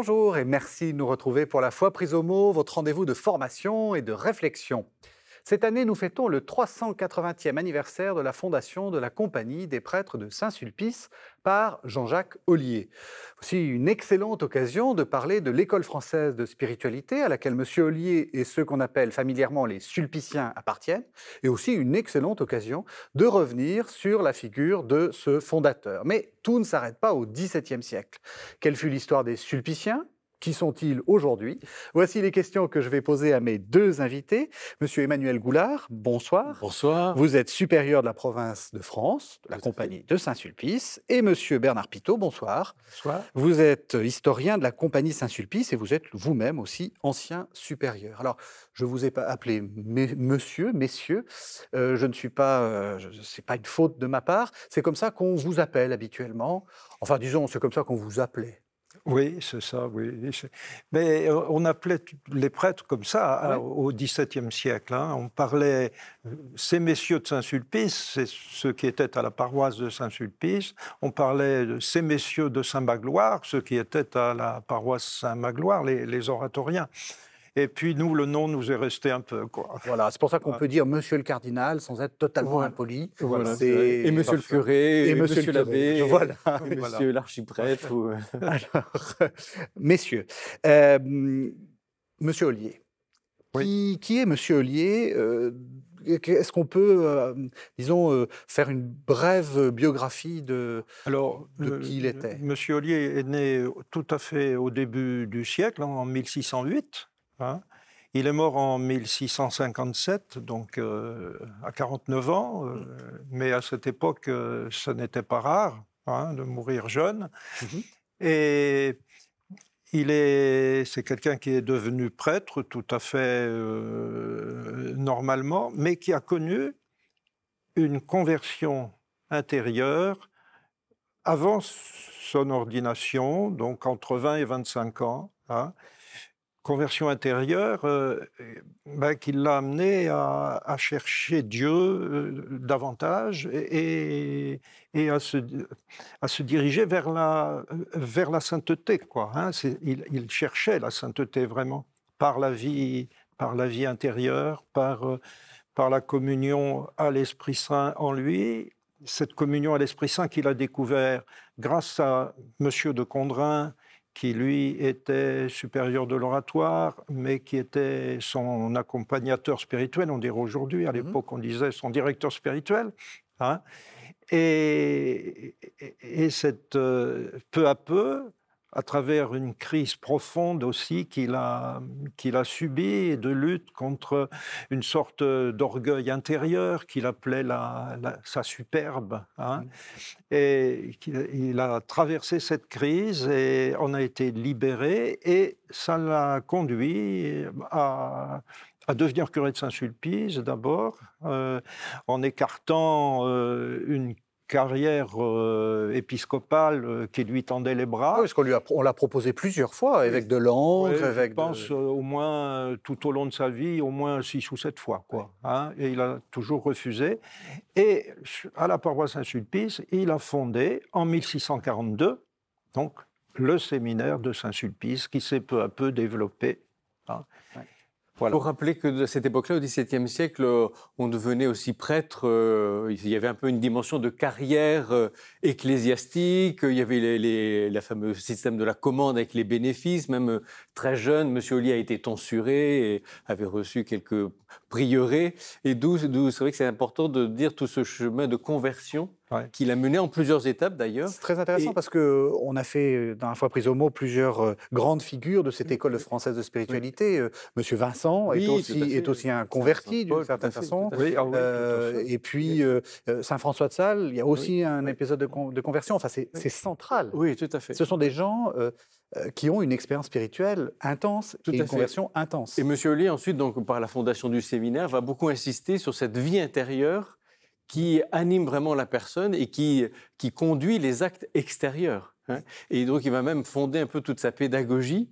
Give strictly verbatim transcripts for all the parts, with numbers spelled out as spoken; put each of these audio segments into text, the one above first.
Bonjour et merci de nous retrouver pour la Foi prise au mot, votre rendez-vous de formation et de réflexion. Cette année, nous fêtons le trois cent quatre-vingtième anniversaire de la fondation de la Compagnie des prêtres de Saint-Sulpice par Jean-Jacques Ollier. Aussi une excellente occasion de parler de l'école française de spiritualité à laquelle M. Ollier et ceux qu'on appelle familièrement les Sulpiciens appartiennent, et aussi une excellente occasion de revenir sur la figure de ce fondateur. Mais tout ne s'arrête pas au dix-septième siècle. Quelle fut l'histoire des Sulpiciens ? Qui sont-ils aujourd'hui? Voici les questions que je vais poser à mes deux invités. Monsieur Emmanuel Goulard, bonsoir. Bonsoir. Vous êtes supérieur de la province de France, de la Tout à Compagnie de Saint-Sulpice. Et Monsieur Bernard Pitot, bonsoir. Bonsoir. Vous êtes historien de la Compagnie Saint-Sulpice et vous êtes vous-même aussi ancien supérieur. Alors, je vous ai pas appelé mes- monsieur, messieurs. Euh, je ne suis pas, euh, je- c'est pas une faute de ma part. C'est comme ça qu'on vous appelle habituellement. Enfin, disons, c'est comme ça qu'on vous appelait. Oui, c'est ça, oui. c'est- Mais euh, on appelait t- les prêtres comme ça hein, Ouais. au dix-septième siècle. hein. On parlait, euh, ces messieurs de Saint-Sulpice, c'est ceux qui étaient à la paroisse de Saint-Sulpice. On parlait de ces messieurs de Saint-Magloire, ceux qui étaient à la paroisse Saint-Magloire, les, les oratoriens. Et puis nous, le nom nous est resté un peu, quoi. Voilà, c'est pour ça qu'on Ah. peut dire monsieur le cardinal sans être totalement Voilà. impoli. Voilà, C'est- c'est vrai. Et monsieur le parfait. curé, Et et, monsieur monsieur, le curé, l'abbé, voilà. et Voilà. monsieur l'archiprêtre. ou- Alors, messieurs, euh, monsieur Ollier, Oui. qui, qui est monsieur Ollier euh, Est-ce qu'on peut, euh, disons, euh, faire une brève biographie de... Alors, de euh, qui il était. Monsieur Ollier est né tout à fait au début du siècle, hein, en mille six cent huit. hein. Il est mort en mille six cent cinquante-sept, donc euh, à quarante-neuf ans. euh, mais à cette époque, euh, ce n'était pas rare hein, de mourir jeune. Mhm. Et il est, c'est quelqu'un qui est devenu prêtre tout à fait euh, normalement, mais qui a connu une conversion intérieure avant son ordination, donc entre vingt et vingt-cinq ans, hein, conversion intérieure euh, ben, qui l'a amené à, à chercher Dieu euh, davantage et, et- et à, se, à se diriger vers la, vers la sainteté. Quoi, hein. C'est- il, il cherchait la sainteté vraiment par la vie, par la vie intérieure, par, euh, par la communion à l'Esprit Saint en lui. Cette communion à l'Esprit Saint qu'il a découvert grâce à Monsieur de Condrin, qui lui était supérieur de l'oratoire, mais qui était son accompagnateur spirituel, on dirait aujourd'hui, à Mhm. l'époque on disait son directeur spirituel. hein. Et, et- et cette, euh, peu à peu, à travers une crise profonde aussi qu'il a, qu'il a subie, et de lutte contre une sorte d'orgueil intérieur qu'il appelait la- la- sa superbe, hein, Mhm. et qu'il- il a traversé cette crise et on a été libéré et ça l'a conduit à, à devenir curé de Saint-Sulpice d'abord, euh, en écartant euh, une carrière euh, épiscopale euh, qui lui tendait les Ah bras. oui, parce qu'on lui a, on l'a proposé plusieurs fois, évêque de Langres, Ouais, je évêque de... pense euh, au moins, euh, tout au long de sa vie, au moins six ou sept fois. Quoi, hein, et il a toujours refusé. Et à la paroisse Saint-Sulpice, il a fondé en mille six cent quarante-deux donc, le séminaire de Saint-Sulpice qui s'est peu à peu développé. hein. Ouais. Voilà. Pour rappeler que à cette époque-là, au dix-septième siècle, euh, on devenait aussi prêtre. euh, il y avait un peu une dimension de carrière euh, ecclésiastique. Il y avait les, les, la fameux système de la commande avec les bénéfices. Même euh, très jeune, M. Ollier a été tonsuré et avait reçu quelques prieurés. Et d'où, d'où c'est vrai que c'est important de dire tout ce chemin de conversion Ouais. qu'il a mené en plusieurs étapes d'ailleurs. C'est très intéressant Et- parce qu'on a fait, euh, dans la fois prise au mot, plusieurs euh, grandes figures de cette école française de spiritualité. Euh, Monsieur Vincent Oui, est, tout aussi, à fait. est aussi un Saint- converti Saint-Paul, d'une certaine tout à fait, façon. tout à fait. Oui, ah oui, tout à Euh, fait. et puis euh, euh, Saint-François de Sales, il y a aussi un oui. épisode de, con- de conversion. Enfin, c'est c'est central. Oui, tout à fait. Ce sont des gens euh, euh, qui ont une expérience spirituelle intense Tout et à une fait. conversion intense. Et M. Ollier, ensuite, donc, par la fondation du séminaire, va beaucoup insister sur cette vie intérieure qui anime vraiment la personne et qui, qui conduit les actes extérieurs. hein. Et donc, il va même fonder un peu toute sa pédagogie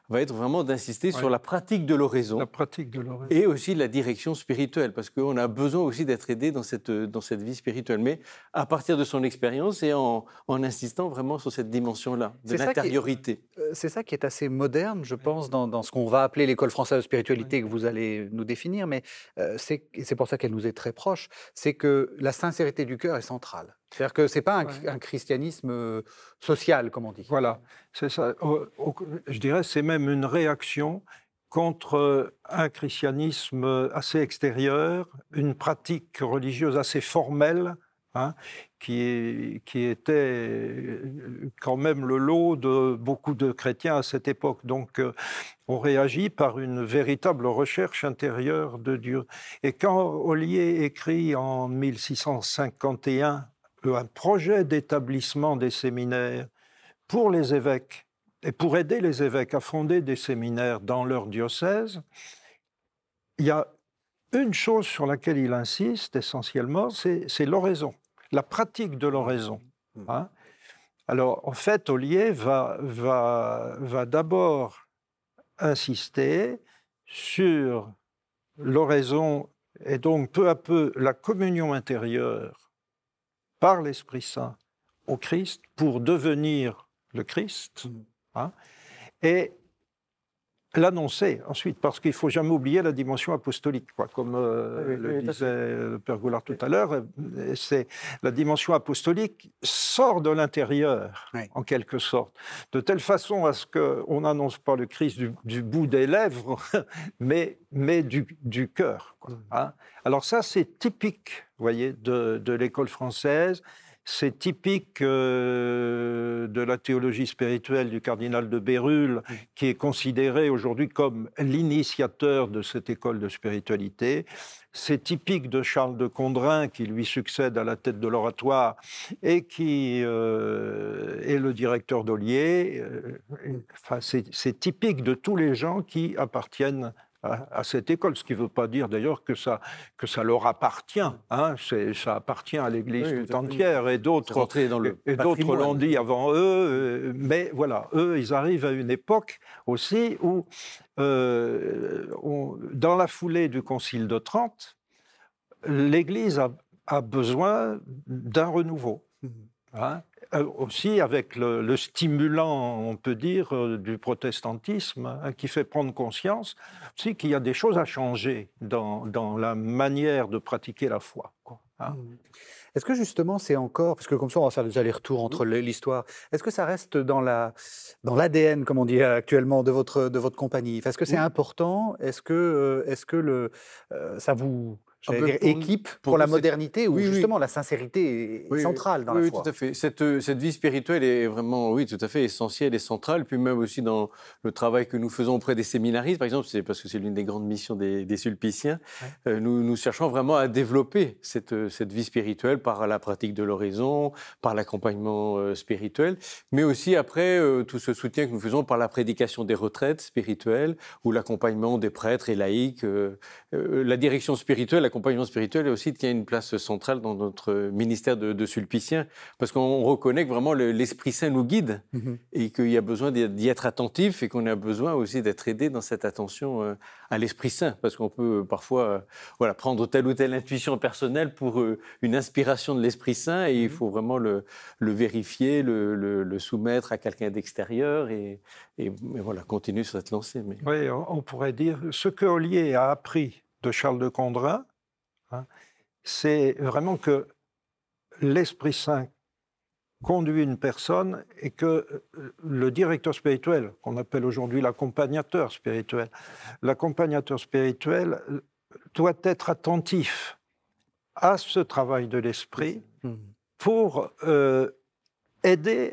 va être vraiment d'insister Ouais. sur la pratique de l'oraison. La pratique de l'oraison. Et aussi la direction spirituelle, parce qu'on a besoin aussi d'être aidé dans cette, dans cette vie spirituelle, mais à partir de son expérience et en, en insistant vraiment sur cette dimension-là, de C'est ça qui est- l'intériorité. Euh, C'est ça qui est assez moderne, je pense, dans, dans ce qu'on va appeler l'école française de spiritualité que vous allez nous définir, mais euh, c'est et c'est pour ça qu'elle nous est très proche, c'est que la sincérité du cœur est centrale. C'est-à-dire que ce n'est pas un, Ouais. un christianisme euh, social, comme on dit. Voilà, c'est ça. Au- au- je dirais c'est même une réaction contre un christianisme assez extérieur, une pratique religieuse assez formelle, hein, qui, est- qui était quand même le lot de beaucoup de chrétiens à cette époque. Donc, euh, on réagit par une véritable recherche intérieure de Dieu. Et quand Ollier écrit en mille six cent cinquante et un un projet d'établissement des séminaires pour les évêques et pour aider les évêques à fonder des séminaires dans leur diocèse, il y a une chose sur laquelle il insiste essentiellement, c'est, c'est l'oraison, la pratique de l'oraison. Hein. Alors, en fait, Ollier va, va, va d'abord insister sur l'oraison et donc peu à peu la communion intérieure par l'Esprit Saint au Christ pour devenir le Christ, hein, et l'annoncer ensuite, parce qu'il ne faut jamais oublier la dimension apostolique, quoi, comme euh, Oui, oui, le oui, tout à disait le Père Goulard tout à l'heure, euh, c'est la dimension apostolique sort de l'intérieur, Oui. en quelque sorte, de telle façon à ce qu'on n'annonce pas le Christ du, du bout des lèvres, mais, mais du, du cœur. Quoi, hein. Alors ça, c'est typique, vous voyez, de, de l'école française. C'est typique euh, de la théologie spirituelle du cardinal de Bérulle, mmh. qui est considéré aujourd'hui comme l'initiateur de cette école de spiritualité. C'est typique de Charles de Condrin, qui lui succède à la tête de l'oratoire et qui euh, est le directeur d'Ollier. Enfin, c'est, c'est typique de tous les gens qui appartiennent à, à cette école, ce qui ne veut pas dire d'ailleurs que ça, que ça leur appartient, hein, c'est, ça appartient à l'Église oui, tout entière, et d'autres, dans le et d'autres l'ont dit avant eux, mais voilà, eux, ils arrivent à une époque aussi où, euh, on, dans la foulée du Concile de Trente, l'Église a, a besoin d'un renouveau. Hein, euh, aussi avec le, le stimulant, on peut dire, euh, du protestantisme, hein, qui fait prendre conscience aussi qu'il y a des choses à changer dans, dans la manière de pratiquer la foi, quoi, hein. Mmh. Est-ce que justement c'est encore, parce que comme ça on va faire des allers-retours entre mmh. l'histoire, est-ce que ça reste dans, la, dans l'A D N, comme on dit actuellement, de votre, de votre compagnie? Est-ce que c'est oui. important? Est-ce que, euh, est-ce que le, euh, ça vous... J'allais dire, pour, équipe pour, pour la modernité, où oui, justement oui. la sincérité est oui, centrale dans oui, la oui, foi. Oui, tout à fait. Cette, cette vie spirituelle est vraiment, oui, tout à fait essentielle et centrale. Puis même aussi dans le travail que nous faisons auprès des séminaristes, par exemple, c'est parce que c'est l'une des grandes missions des, des sulpiciens. Ouais. Euh, nous, nous cherchons vraiment à développer cette, cette vie spirituelle par la pratique de l'oraison, par l'accompagnement euh, spirituel, mais aussi après euh, tout ce soutien que nous faisons par la prédication des retraites spirituelles ou l'accompagnement des prêtres et laïcs. Euh, euh, la direction spirituelle, l'accompagnement spirituel est aussi tient une place centrale dans notre ministère de, de sulpiciens, parce qu'on reconnaît que vraiment le, l'Esprit Saint nous guide mmh. et qu'il y a besoin d'y être attentif et qu'on a besoin aussi d'être aidé dans cette attention euh, à l'Esprit Saint, parce qu'on peut parfois euh, voilà, prendre telle ou telle intuition personnelle pour euh, une inspiration de l'Esprit Saint et mmh. il faut vraiment le, le vérifier, le, le, le soumettre à quelqu'un d'extérieur et, et, et voilà, continuer sur cette lancée. Mais... Oui, on pourrait dire ce que Ollier a appris de Charles de Condrin, hein, c'est vraiment que l'Esprit Saint conduit une personne et que le directeur spirituel, qu'on appelle aujourd'hui l'accompagnateur spirituel, l'accompagnateur spirituel doit être attentif à ce travail de l'esprit pour euh, aider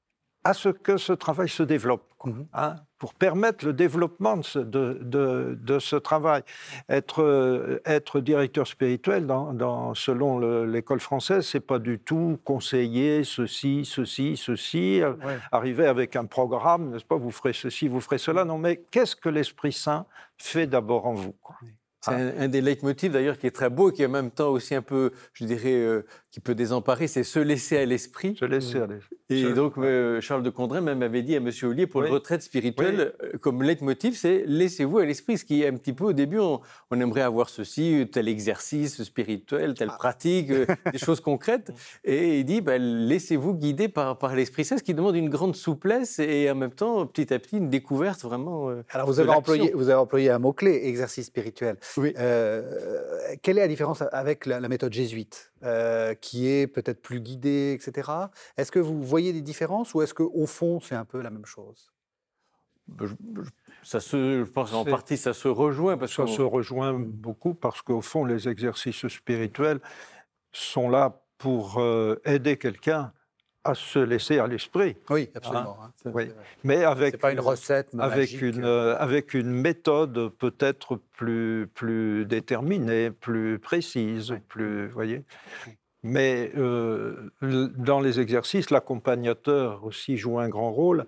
à ce que ce travail se développe, quoi, hein, pour permettre le développement de ce, de, de, de ce travail. Être, euh, être directeur spirituel, dans, dans, selon le, l'école française, c'est pas du tout conseiller ceci, ceci, ceci, ouais. arriver avec un programme, n'est-ce pas, vous ferez ceci, vous ferez cela. Non, mais qu'est-ce que l'Esprit Saint fait d'abord en vous, quoi. C'est un, un des leitmotifs d'ailleurs qui est très beau et qui est en même temps aussi un peu, je dirais, euh, qui peut désemparer, c'est se laisser à l'esprit. Se laisser à l'esprit. Et Je- donc, euh, Charles de Condren même avait dit à M. Ollier, pour Oui. le retraite spirituelle, euh, comme leitmotiv, c'est laissez-vous à l'esprit. Ce qui est un petit peu, au début, on, on aimerait avoir ceci, tel exercice spirituel, telle Ah. pratique, euh, des choses concrètes. Et il dit, bah, laissez-vous guider par, par l'Esprit Saint, ce qui demande une grande souplesse et en même temps, petit à petit, une découverte vraiment. euh, Alors, vous de avez, employé, l'action. vous avez employé un mot-clé, exercice spirituel. Oui. Euh, quelle est la différence avec la, la méthode jésuite, euh, qui est peut-être plus guidée, et cetera. Est-ce que vous voyez des différences ou est-ce qu'au fond, c'est un peu la même chose? Je, je- ça se, je pense en C'est- partie, ça se rejoint. Parce Ça qu'on- se rejoint beaucoup parce qu'au fond, les exercices spirituels sont là pour euh, aider quelqu'un à se laisser à l'esprit, Oui, absolument. hein. c'est- oui. C'est vrai. mais avec, C'est pas une recette avec, magique. une, euh, avec une méthode peut-être plus, plus déterminée, plus précise, Oui. plus, voyez. Oui. Mais euh, l- dans les exercices, l'accompagnateur aussi joue un grand rôle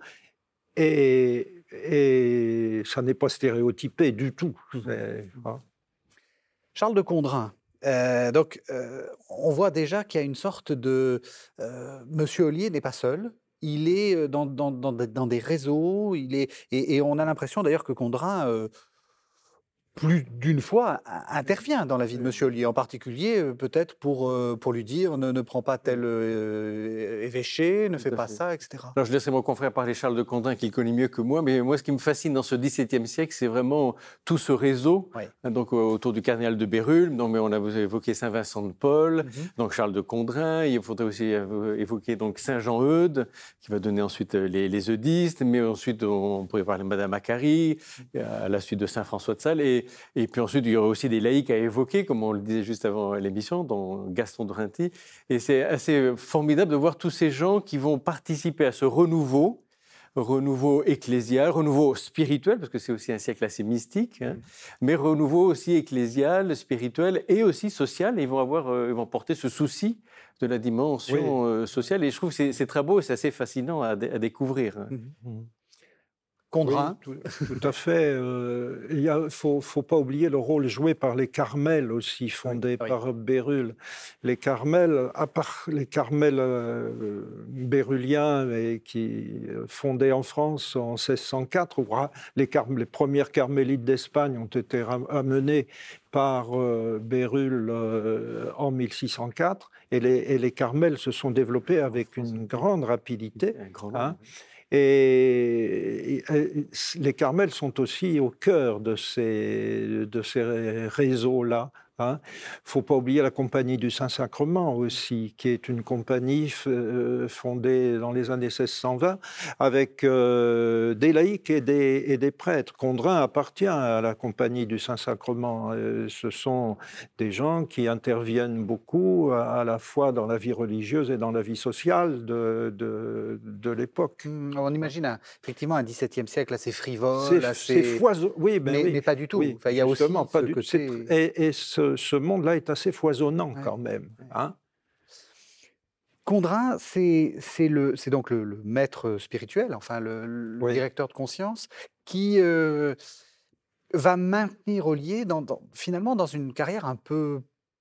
et, et ça n'est pas stéréotypé du tout. Mhm. C'est- hein. Charles de Condren. euh, donc, euh, on voit déjà qu'il y a une sorte de... euh, Monsieur Ollier n'est pas seul. Il est euh, dans, dans- dans des dans des réseaux. Il est, et, et on a l'impression d'ailleurs que Condren, euh, plus d'une fois, a- intervient dans la vie de Monsieur Ollier, en particulier euh, peut-être pour, euh, pour lui dire ne, ne prends pas tel euh, évêché, ne Tout fais à pas fait. ça, et cetera. Alors, je laisserai mon confrère parler, Charles de Condren, qui le connaît mieux que moi. Mais moi, ce qui me fascine dans ce dix-septième siècle, c'est vraiment tout ce réseau. Oui. hein, Donc, euh, autour du cardinal de Bérulle. Donc, mais on a vous avez évoqué Saint Vincent de Paul. Mhm. Donc, Charles de Condren. Il faudrait aussi euh, évoquer donc Saint Jean Eudes, qui va donner ensuite euh, les, les eudistes. Mais ensuite, on pourrait parler de Madame Macquarie, à la suite de Saint François de Sales. Et, et puis ensuite, il y aurait aussi des laïcs à évoquer, comme on le disait juste avant l'émission, dont Gaston de Rinty. Et c'est assez formidable de voir tous ces gens qui vont participer à ce renouveau, renouveau ecclésial, renouveau spirituel, parce que c'est aussi un siècle assez mystique, hein, mais renouveau aussi ecclésial, spirituel et aussi social. Et ils vont avoir, euh, ils vont porter ce souci de la dimension euh, sociale. Et je trouve que c'est, c'est très beau et c'est assez fascinant à, dé- à découvrir. hein. Mhm. Condren. Oui, tout, tout à fait. Euh, il ne faut, faut pas oublier le rôle joué par les Carmels aussi, fondés oui. par Bérulle. Les Carmels, à part les Carmels euh, béruliens et qui euh, fondés en France en seize cent quatre, où les, Car- les premières carmélites d'Espagne ont été ram- amenées par euh, Bérulle euh, en mille six cent quatre, et les, et les Carmels se sont développés avec une grande rapidité. Un grand hein. nombre. Et, et- et les Carmels sont aussi au cœur de ces, de ces réseaux-là. Il ne faut pas oublier la Compagnie du Saint-Sacrement aussi, qui est une compagnie f- euh, fondée dans les années seize cent vingt avec euh, des laïcs et des, et des prêtres. Condren appartient à la Compagnie du Saint-Sacrement. Euh, ce sont des gens qui interviennent beaucoup à, à la fois dans la vie religieuse et dans la vie sociale de, de, de l'époque. Hmm, On imagine un- effectivement un dix-septième siècle assez frivole, C'est assez... c'est foisonnant. Oui, ben mais, oui. mais pas du tout. Oui, Enfin, il y a aussi justement, pas ce du- côté... c'est- Et, et ce, ce monde-là est assez foisonnant Ouais, quand même. ouais. hein. Condren, c'est c'est le- c'est donc le, le maître spirituel, enfin le, le Oui. directeur de conscience, qui euh, va maintenir Ollier dans, dans- finalement dans une carrière un peu,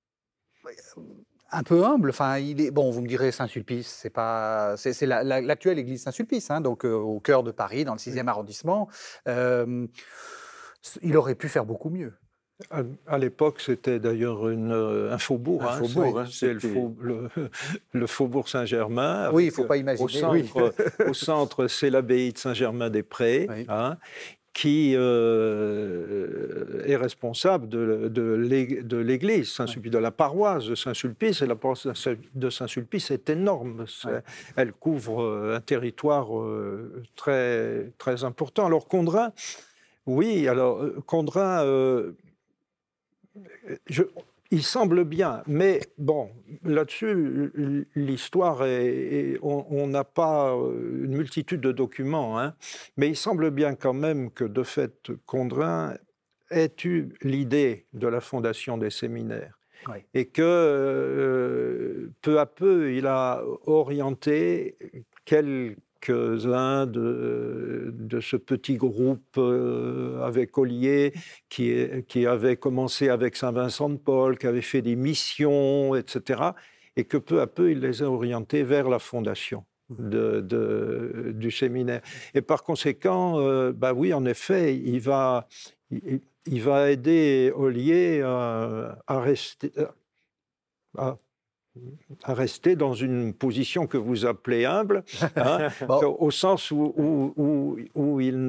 un peu humble. Enfin, il est, bon, vous me direz Saint-Sulpice, c'est pas, c'est c'est la- la- l'actuelle église Saint-Sulpice, hein, donc euh, au cœur de Paris, dans le sixième arrondissement. Euh, il aurait pu faire beaucoup mieux. À, à l'époque, c'était d'ailleurs une, euh, un faubourg. Un hein, faubourg, c'est- hein, c'est le, c'était- fau- le, le faubourg Saint-Germain. Oui, il avec, faut pas euh, imaginer, Au centre, oui. au centre, c'est l'abbaye de Saint-Germain-des-Prés, Oui. hein, qui euh, est responsable de, de l'ég- de l'église Saint-Sulpice, de la paroisse de Saint-Sulpice. Et la paroisse de Saint-Sulpice est énorme. C'est- Ouais. Elle couvre euh, un territoire euh, très, très important. Alors, Condren, oui, alors, euh, Condren. euh, Je- il semble bien, mais bon, là-dessus, l'histoire est, est- on on n'a pas euh, une multitude de documents, hein, mais il semble bien quand même que de fait, Condren ait eu l'idée de la fondation des séminaires Oui. et que euh, peu à peu, il a orienté quelques-uns de, de ce petit groupe euh, avec Ollier qui, est- qui avait commencé avec Saint-Vincent de Paul, qui avait fait des missions, et cetera, et que peu à peu, il les a orientés vers la fondation. de, de, du séminaire. Et par conséquent, euh, bah oui, en effet, il va, il, il va aider Ollier à, à rester... À, à rester dans une position que vous appelez humble, hein, bon. Au sens où, où, où, où il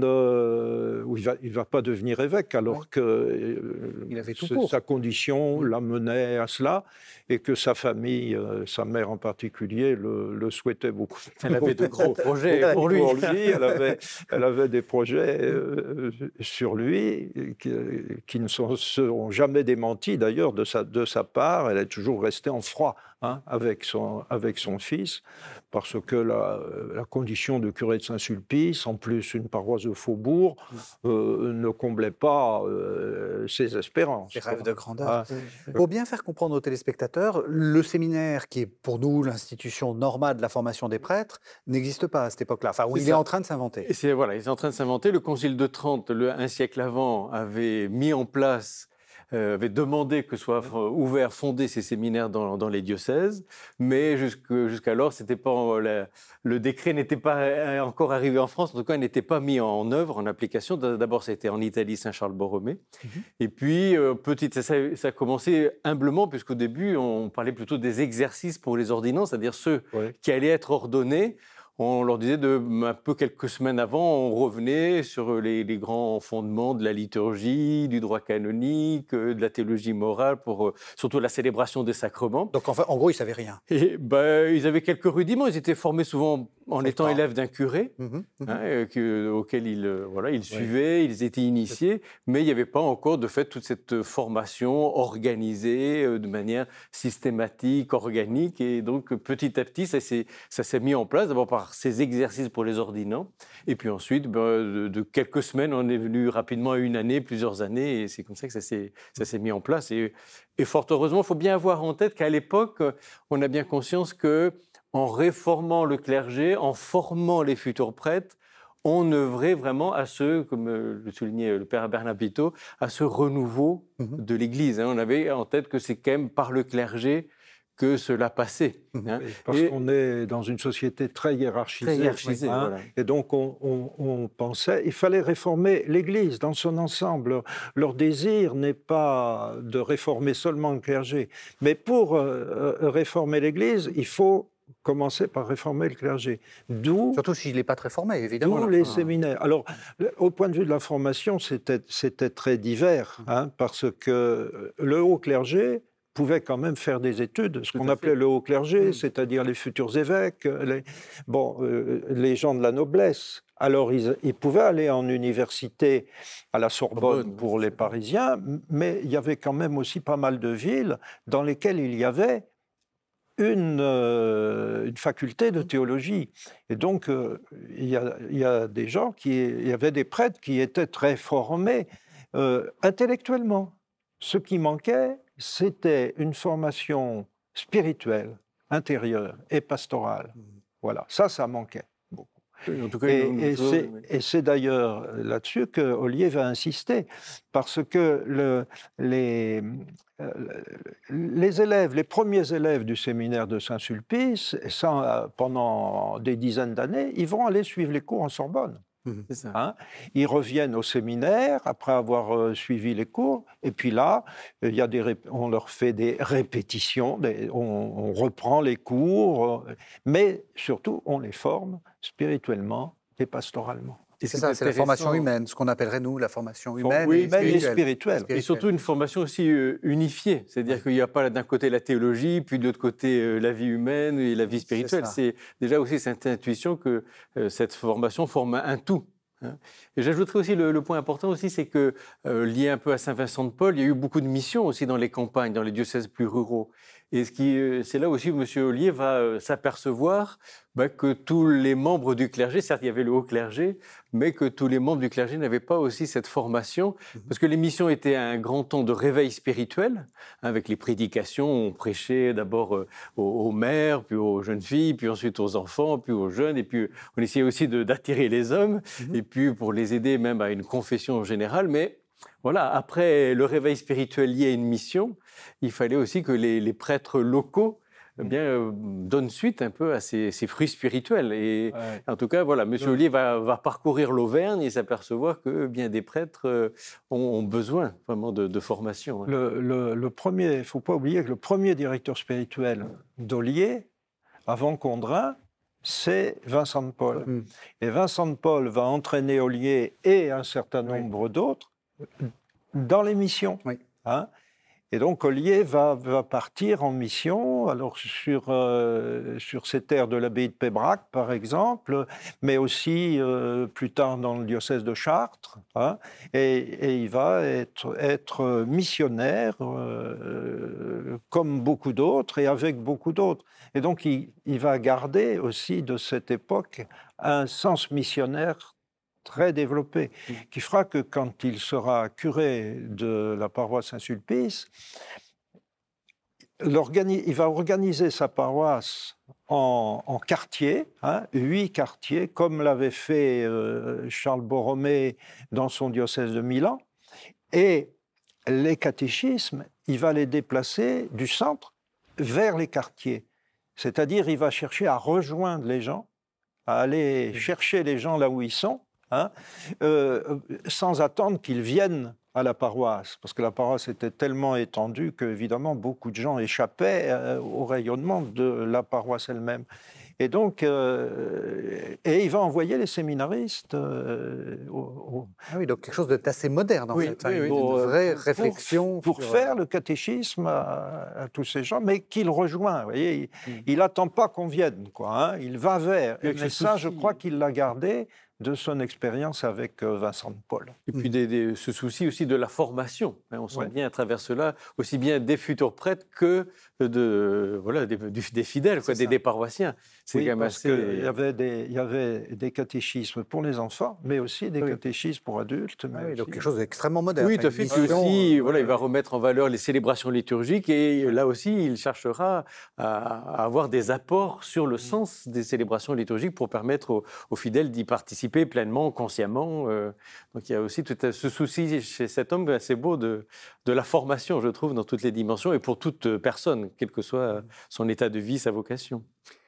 ne où il va, il va pas devenir évêque, alors ouais. que euh, il avait tout pour. Sa condition l'amenait à cela, et que sa famille, euh, sa mère en particulier, le, le souhaitait beaucoup. Elle avait de gros projets pour lui. Pour lui elle, avait, elle avait des projets euh, sur lui qui, qui ne sont, seront jamais démentis d'ailleurs de sa, de sa part. Elle est toujours restée en froid. Hein, avec, son, avec son fils, parce que la, la condition de curé de Saint-Sulpice, en plus une paroisse de Faubourg, euh, ne comblait pas euh, ses espérances. Ses rêves de grandeur. Ah. Pour bien faire comprendre aux téléspectateurs, le séminaire, qui est pour nous l'institution normale de la formation des prêtres, n'existe pas à cette époque-là. Enfin, il est en train de s'inventer. C'est, voilà, il est en train de s'inventer. Le Concile de Trente, le, un siècle avant, avait mis en place... Euh, avait demandé que soient ouverts, fondés ces séminaires dans, dans les diocèses, mais jusque, jusqu'alors, c'était pas, la, le décret n'était pas encore arrivé en France, en tout cas, il n'était pas mis en œuvre, en application. D'abord, c'était en Italie, Saint-Charles-Borromée, mm-hmm. et puis, euh, petit, ça, ça a commencé humblement, puisqu'au début, on parlait plutôt des exercices pour les ordinants, c'est-à-dire ceux ouais. qui allaient être ordonnés. On leur disait de, un peu quelques semaines avant, on revenait sur les, les grands fondements de la liturgie, du droit canonique, de la théologie morale, pour surtout la célébration des sacrements. Donc en, fait, en gros, ils ne savaient rien. Et ben, ils avaient quelques rudiments. Ils étaient formés souvent en C'est étant pas. élèves d'un curé, mmh, mmh. Hein, que, auquel ils, voilà, ils suivaient, oui. ils étaient initiés, mais il n'y avait pas encore de fait toute cette formation organisée de manière systématique, organique. Et donc petit à petit, ça s'est, ça s'est mis en place, d'abord par ces exercices pour les ordinants. Et puis ensuite, ben, de, de quelques semaines, on est venu rapidement à une année, plusieurs années, et c'est comme ça que ça s'est, ça s'est mis en place. Et, et fort heureusement, il faut bien avoir en tête qu'à l'époque, on a bien conscience qu'en réformant le clergé, en formant les futurs prêtres, on œuvrait vraiment à ce, comme le soulignait le père Bernard Pitot, à ce renouveau mmh. de l'Église. On avait en tête que c'est quand même par le clergé que cela passait. Hein. Parce et qu'on est dans une société très hiérarchisée. Très hiérarchisée, hein, voilà. Et donc, on, on, on pensait, il fallait réformer l'Église dans son ensemble. Leur désir n'est pas de réformer seulement le clergé. Mais pour euh, réformer l'Église, il faut commencer par réformer le clergé. D'où, Surtout s'il n'est pas très formé, évidemment. D'où les fin... séminaires. Alors, au point de vue de la formation, c'était, c'était très divers, hein, parce que le haut clergé pouvait quand même faire des études, ce Tout qu'on appelait fait. le haut clergé, mmh. c'est-à-dire les futurs évêques, les, bon, euh, les gens de la noblesse. Alors, ils, ils pouvaient aller en université à la Sorbonne oh, pour les Parisiens, mais il y avait quand même aussi pas mal de villes dans lesquelles il y avait une, euh, une faculté de théologie. Et donc, euh, il, y a, il y a des gens qui... Il y avait des prêtres qui étaient très formés euh, intellectuellement. Ce qui manquait, c'était une formation spirituelle, intérieure et pastorale. Voilà, ça, ça manquait beaucoup. En tout cas, et, et, c'est, et c'est d'ailleurs là-dessus que Ollier va insister, parce que le, les, euh, les élèves, les premiers élèves du séminaire de Saint-Sulpice, ça, pendant des dizaines d'années, ils vont aller suivre les cours en Sorbonne. C'est ça. Hein, ils reviennent au séminaire après avoir euh, suivi les cours, et puis là, il y a des rép- on leur fait des répétitions, des, on, on reprend les cours, euh, mais surtout, on les forme spirituellement et pastoralement. Et c'est ça, c'est la formation humaine, ce qu'on appellerait, nous, la formation humaine, oui, et, spirituelle. et spirituelle. Et surtout une formation aussi euh, unifiée, c'est-à-dire qu'il n'y a pas d'un côté la théologie, puis de l'autre côté euh, la vie humaine et la vie spirituelle. C'est, c'est déjà aussi cette intuition que euh, cette formation forme un tout. Hein. Et j'ajouterais aussi le, le point important aussi, c'est que euh, lié un peu à Saint-Vincent-de-Paul, il y a eu beaucoup de missions aussi dans les campagnes, dans les diocèses plus ruraux. Et ce qui, c'est là aussi où M. Ollier va euh, s'apercevoir bah, que tous les membres du clergé, certes il y avait le haut clergé, mais que tous les membres du clergé n'avaient pas aussi cette formation, parce que les missions étaient un grand temps de réveil spirituel, hein, avec les prédications, on prêchait d'abord euh, aux, aux mères, puis aux jeunes filles, puis ensuite aux enfants, puis aux jeunes, et puis on essayait aussi de, d'attirer les hommes, mmh. et puis pour les aider même à une confession générale, mais voilà, après le réveil spirituel lié à une mission, il fallait aussi que les, les prêtres locaux eh bien, euh, donne suite un peu à ces, ces fruits spirituels. Et Ouais. en tout cas, voilà, M. Donc- Ollier va, va parcourir l'Auvergne et s'apercevoir que eh bien des prêtres euh, ont, ont besoin vraiment de, de formation. hein. Le, le- le premier, il ne faut pas oublier que le premier directeur spirituel d'Ollier, avant Condrin, c'est Vincent de Paul. Mm. Et Vincent de Paul va entraîner Ollier et un certain Oui. nombre d'autres dans les missions. Oui. Hein. Et donc Ollier va, va partir en mission, alors sur, euh, sur ces terres de l'abbaye de Pébrac, par exemple, mais aussi euh, plus tard dans le diocèse de Chartres. Hein, et, et il va être, être missionnaire, euh, comme beaucoup d'autres, et avec beaucoup d'autres. Et donc il, il va garder aussi de cette époque un sens missionnaire très développé, qui fera que quand il sera curé de la paroisse Saint-Sulpice, il va organiser sa paroisse en, en quartiers, hein, huit quartiers, comme l'avait fait euh, Charles Borromée dans son diocèse de Milan, et les catéchismes, il va les déplacer du centre vers les quartiers, c'est-à-dire il va chercher à rejoindre les gens, à aller chercher les gens là où ils sont, Hein, euh, sans attendre qu'ils viennent à la paroisse, parce que la paroisse était tellement étendue qu'évidemment beaucoup de gens échappaient euh, au rayonnement de la paroisse elle-même. Et donc, euh, et il va envoyer les séminaristes. Euh, au, au... Ah oui, donc quelque chose d'assez moderne, en Oui, fait. oui, Une, oui. une vraie pour, réflexion. Pour, pour sur... faire le catéchisme à, à tous ces gens, mais qu'il rejoint. Vous voyez, il n'attend mm. pas qu'on vienne, quoi. Hein, il va vers. Et mais ça, souci... je crois qu'il l'a gardé de son expérience avec Vincent de Paul. Et puis des, des, ce souci aussi de la formation. Hein, on sent ouais. bien à travers cela, aussi bien des futurs prêtres que de, voilà, des, des fidèles, quoi, des, des paroissiens. C'est oui, quand même parce assez... qu'il y avait, des, il y avait des catéchismes pour les enfants, mais aussi des oui. catéchismes pour adultes. Mais ah oui, aussi... donc quelque chose d'extrêmement moderne. Oui, tout à fait. Puis aussi, euh, voilà, il va remettre en valeur les célébrations liturgiques et là aussi, il cherchera à, à avoir des apports sur le sens des célébrations liturgiques pour permettre aux, aux fidèles d'y participer pleinement, consciemment. Euh, donc il y a aussi tout ce souci chez cet homme assez beau de, de la formation, je trouve, dans toutes les dimensions et pour toute personne, quel que soit son état de vie, sa vocation.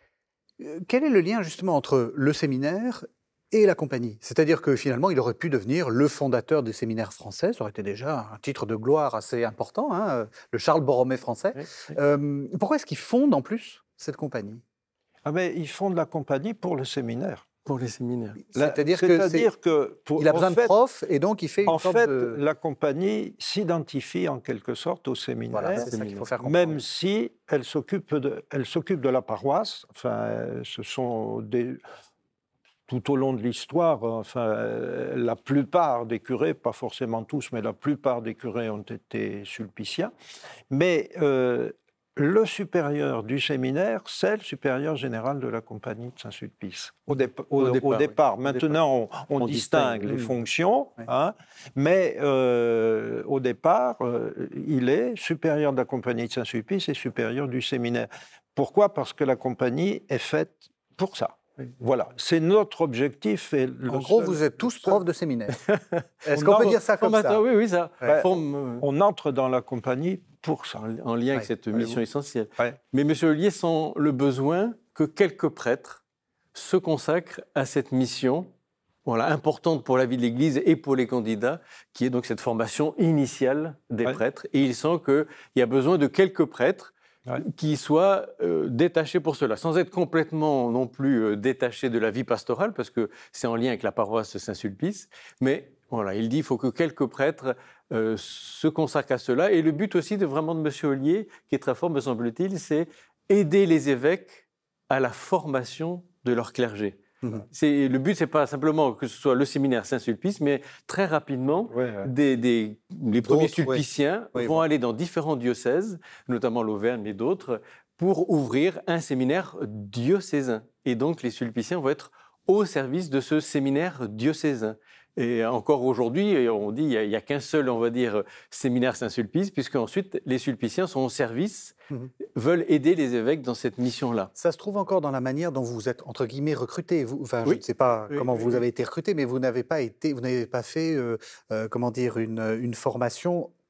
Quel est le lien justement entre le séminaire et la compagnie? C'est-à-dire que finalement, il aurait pu devenir le fondateur des séminaires français, ça aurait été déjà un titre de gloire assez important, hein, le Charles Borromée français. Oui, oui. Euh, pourquoi est-ce qu'il fonde en plus cette compagnie? Ah mais il fonde la compagnie pour le séminaire. Pour les séminaires. C'est-à-dire que, que pour, il a besoin fait, de profs et donc il fait une en sorte fait, de... la compagnie s'identifie en quelque sorte au séminaire, voilà, c'est ça qu'il faut faire comprendre. Même si elle s'occupe de, elle s'occupe de la paroisse. Enfin, ce sont des... Tout au long de l'histoire, enfin, la plupart des curés, pas forcément tous, mais la plupart des curés ont été sulpiciens. Mais euh, le supérieur du séminaire, c'est le supérieur général de la compagnie de Saint-Sulpice. Au, dé au, au départ, au départ. Oui. Maintenant, on, on, on distingue, distingue les fonctions, oui. hein, mais euh, au départ, euh, il est supérieur de la compagnie de Saint-Sulpice et supérieur du séminaire. Pourquoi? Parce que la compagnie est faite pour ça. Oui. Voilà, c'est notre objectif. Et le en gros, seul, vous êtes tous seul... profs de séminaire. Est-ce qu'on peut dire ça comme ça? Oui, oui, ça. Ouais. Forme... On entre dans la compagnie pour ça. En lien avec ouais. cette mission ouais. essentielle. Ouais. Mais M. Ollier sent le besoin que quelques prêtres se consacrent à cette mission voilà, importante pour la vie de l'Église et pour les candidats, qui est donc cette formation initiale des ouais. prêtres. Et il sent qu'il y a besoin de quelques prêtres Ouais. qui soient euh, détachés pour cela, sans être complètement non plus euh, détachés de la vie pastorale, parce que c'est en lien avec la paroisse Saint-Sulpice, mais voilà, il dit qu'il faut que quelques prêtres euh, se consacrent à cela, et le but aussi de vraiment de M. Ollier, qui est très fort, me semble-t-il, c'est aider les évêques à la formation de leur clergé. Mmh. C'est, le but, ce n'est pas simplement que ce soit le séminaire Saint-Sulpice, mais très rapidement, ouais, ouais. Des, des, les premiers sulpiciens ouais. vont ouais, aller dans différents diocèses, notamment l'Auvergne et d'autres, pour ouvrir un séminaire diocésain. Et donc, les sulpiciens vont être au service de ce séminaire diocésain. Et encore aujourd'hui, on dit qu'il n'y a, a qu'un seul, on va dire, séminaire Saint-Sulpice, puisque ensuite les sulpiciens sont au service, mmh. veulent aider les évêques dans cette mission-là. Ça se trouve encore dans la manière dont vous êtes, entre guillemets, recrutés. Vous, enfin, oui. Je ne sais pas oui, comment oui, vous oui. avez été recruté, mais vous n'avez pas, été, vous n'avez pas fait, euh, euh, comment dire, une, une formation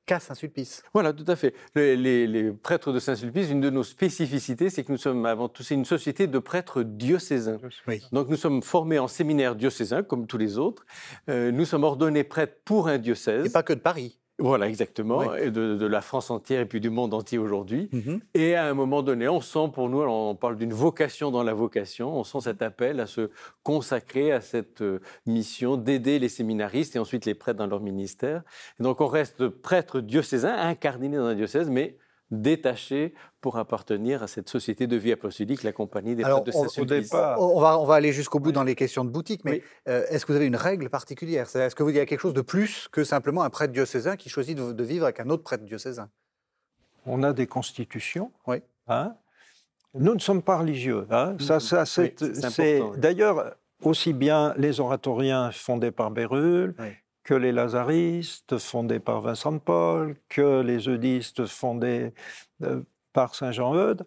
qu'à Saint-Sulpice. Voilà, tout à fait. Les, les- les prêtres de Saint-Sulpice, une de nos spécificités, c'est que nous sommes avant tout c'est une société de prêtres diocésains. Oui. Donc nous sommes formés en séminaire diocésain, comme tous les autres. Euh, nous sommes ordonnés prêtres pour un diocèse. Et pas que de Paris. Voilà, exactement, Oui. et de, de la France entière et puis du monde entier aujourd'hui. Mhm. Et à un moment donné, on sent pour nous, alors on parle d'une vocation dans la vocation, on sent cet appel à se consacrer à cette euh, mission d'aider les séminaristes et ensuite les prêtres dans leur ministère. Et donc on reste prêtre diocésain, incarné dans un diocèse, mais détaché pour appartenir à cette société de vie apostolique, la Compagnie des Alors, prêtres de on- Saint-Sulpice. au départ- On va, on va aller jusqu'au bout Oui. dans les questions de boutique, mais Oui. euh, est-ce que vous avez une règle particulière? C'est- Est-ce que vous il y a quelque chose de plus que simplement un prêtre diocésain qui choisit de, de vivre avec un autre prêtre diocésain? On a des constitutions. Oui. Hein. Nous ne sommes pas religieux. Hein. Ça, ça, c'est, Oui, c'est c'est- important, oui. D'ailleurs, aussi bien les oratoriens fondés par Bérulle, Oui. que les lazaristes fondés par Vincent de Paul, que les eudistes fondés euh, par Saint Jean-Eudes,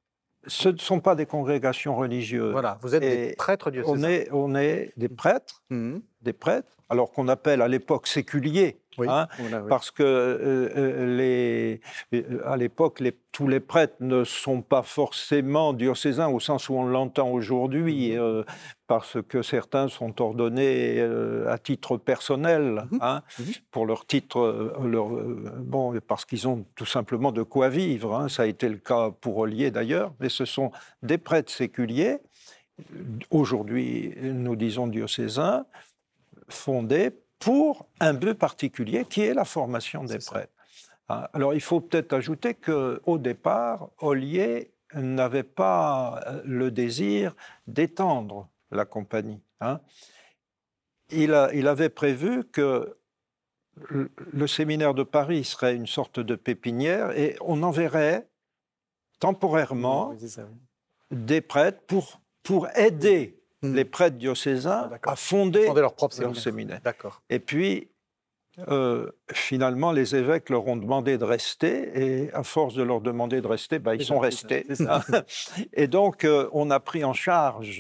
ce ne sont pas des congrégations religieuses. Voilà, vous êtes des Et prêtres On diocésains. est, on est des prêtres, Mhm. des prêtres, alors qu'on appelle à l'époque séculiers, Oui. hein, Voilà, oui. parce que euh, euh, les, euh, à l'époque, les- tous les prêtres ne sont pas forcément diocésains au sens où on l'entend aujourd'hui, Mhm. euh, parce que certains sont ordonnés euh, à titre personnel, Mhm. hein, Mhm. pour leur titre, euh, leur, euh, bon, parce qu'ils ont tout simplement de quoi vivre. Hein, ça a été le cas pour Ollier d'ailleurs, mais ce sont des prêtres séculiers. Aujourd'hui, nous disons diocésains, fondés pour un but particulier qui est la formation des C'est ça. prêtres. Hein, alors, il faut peut-être ajouter qu'au départ, Ollier n'avait pas euh, le désir d'étendre la compagnie. Hein. Il, a- il avait prévu que le, le séminaire de Paris serait une sorte de pépinière et on enverrait temporairement Oui, c'est ça, oui. des prêtres pour, pour aider Mhm. les prêtres Ah, diocésains d'accord. à fonder Fonder leur propre leur séminaire. séminaire. D'accord. Et puis, euh, finalement, les évêques leur ont demandé de rester, et à force de leur demander de rester, ben, ils C'est sont ça, c'est ça, restés. c'est ça. Et donc, euh, on a pris en charge,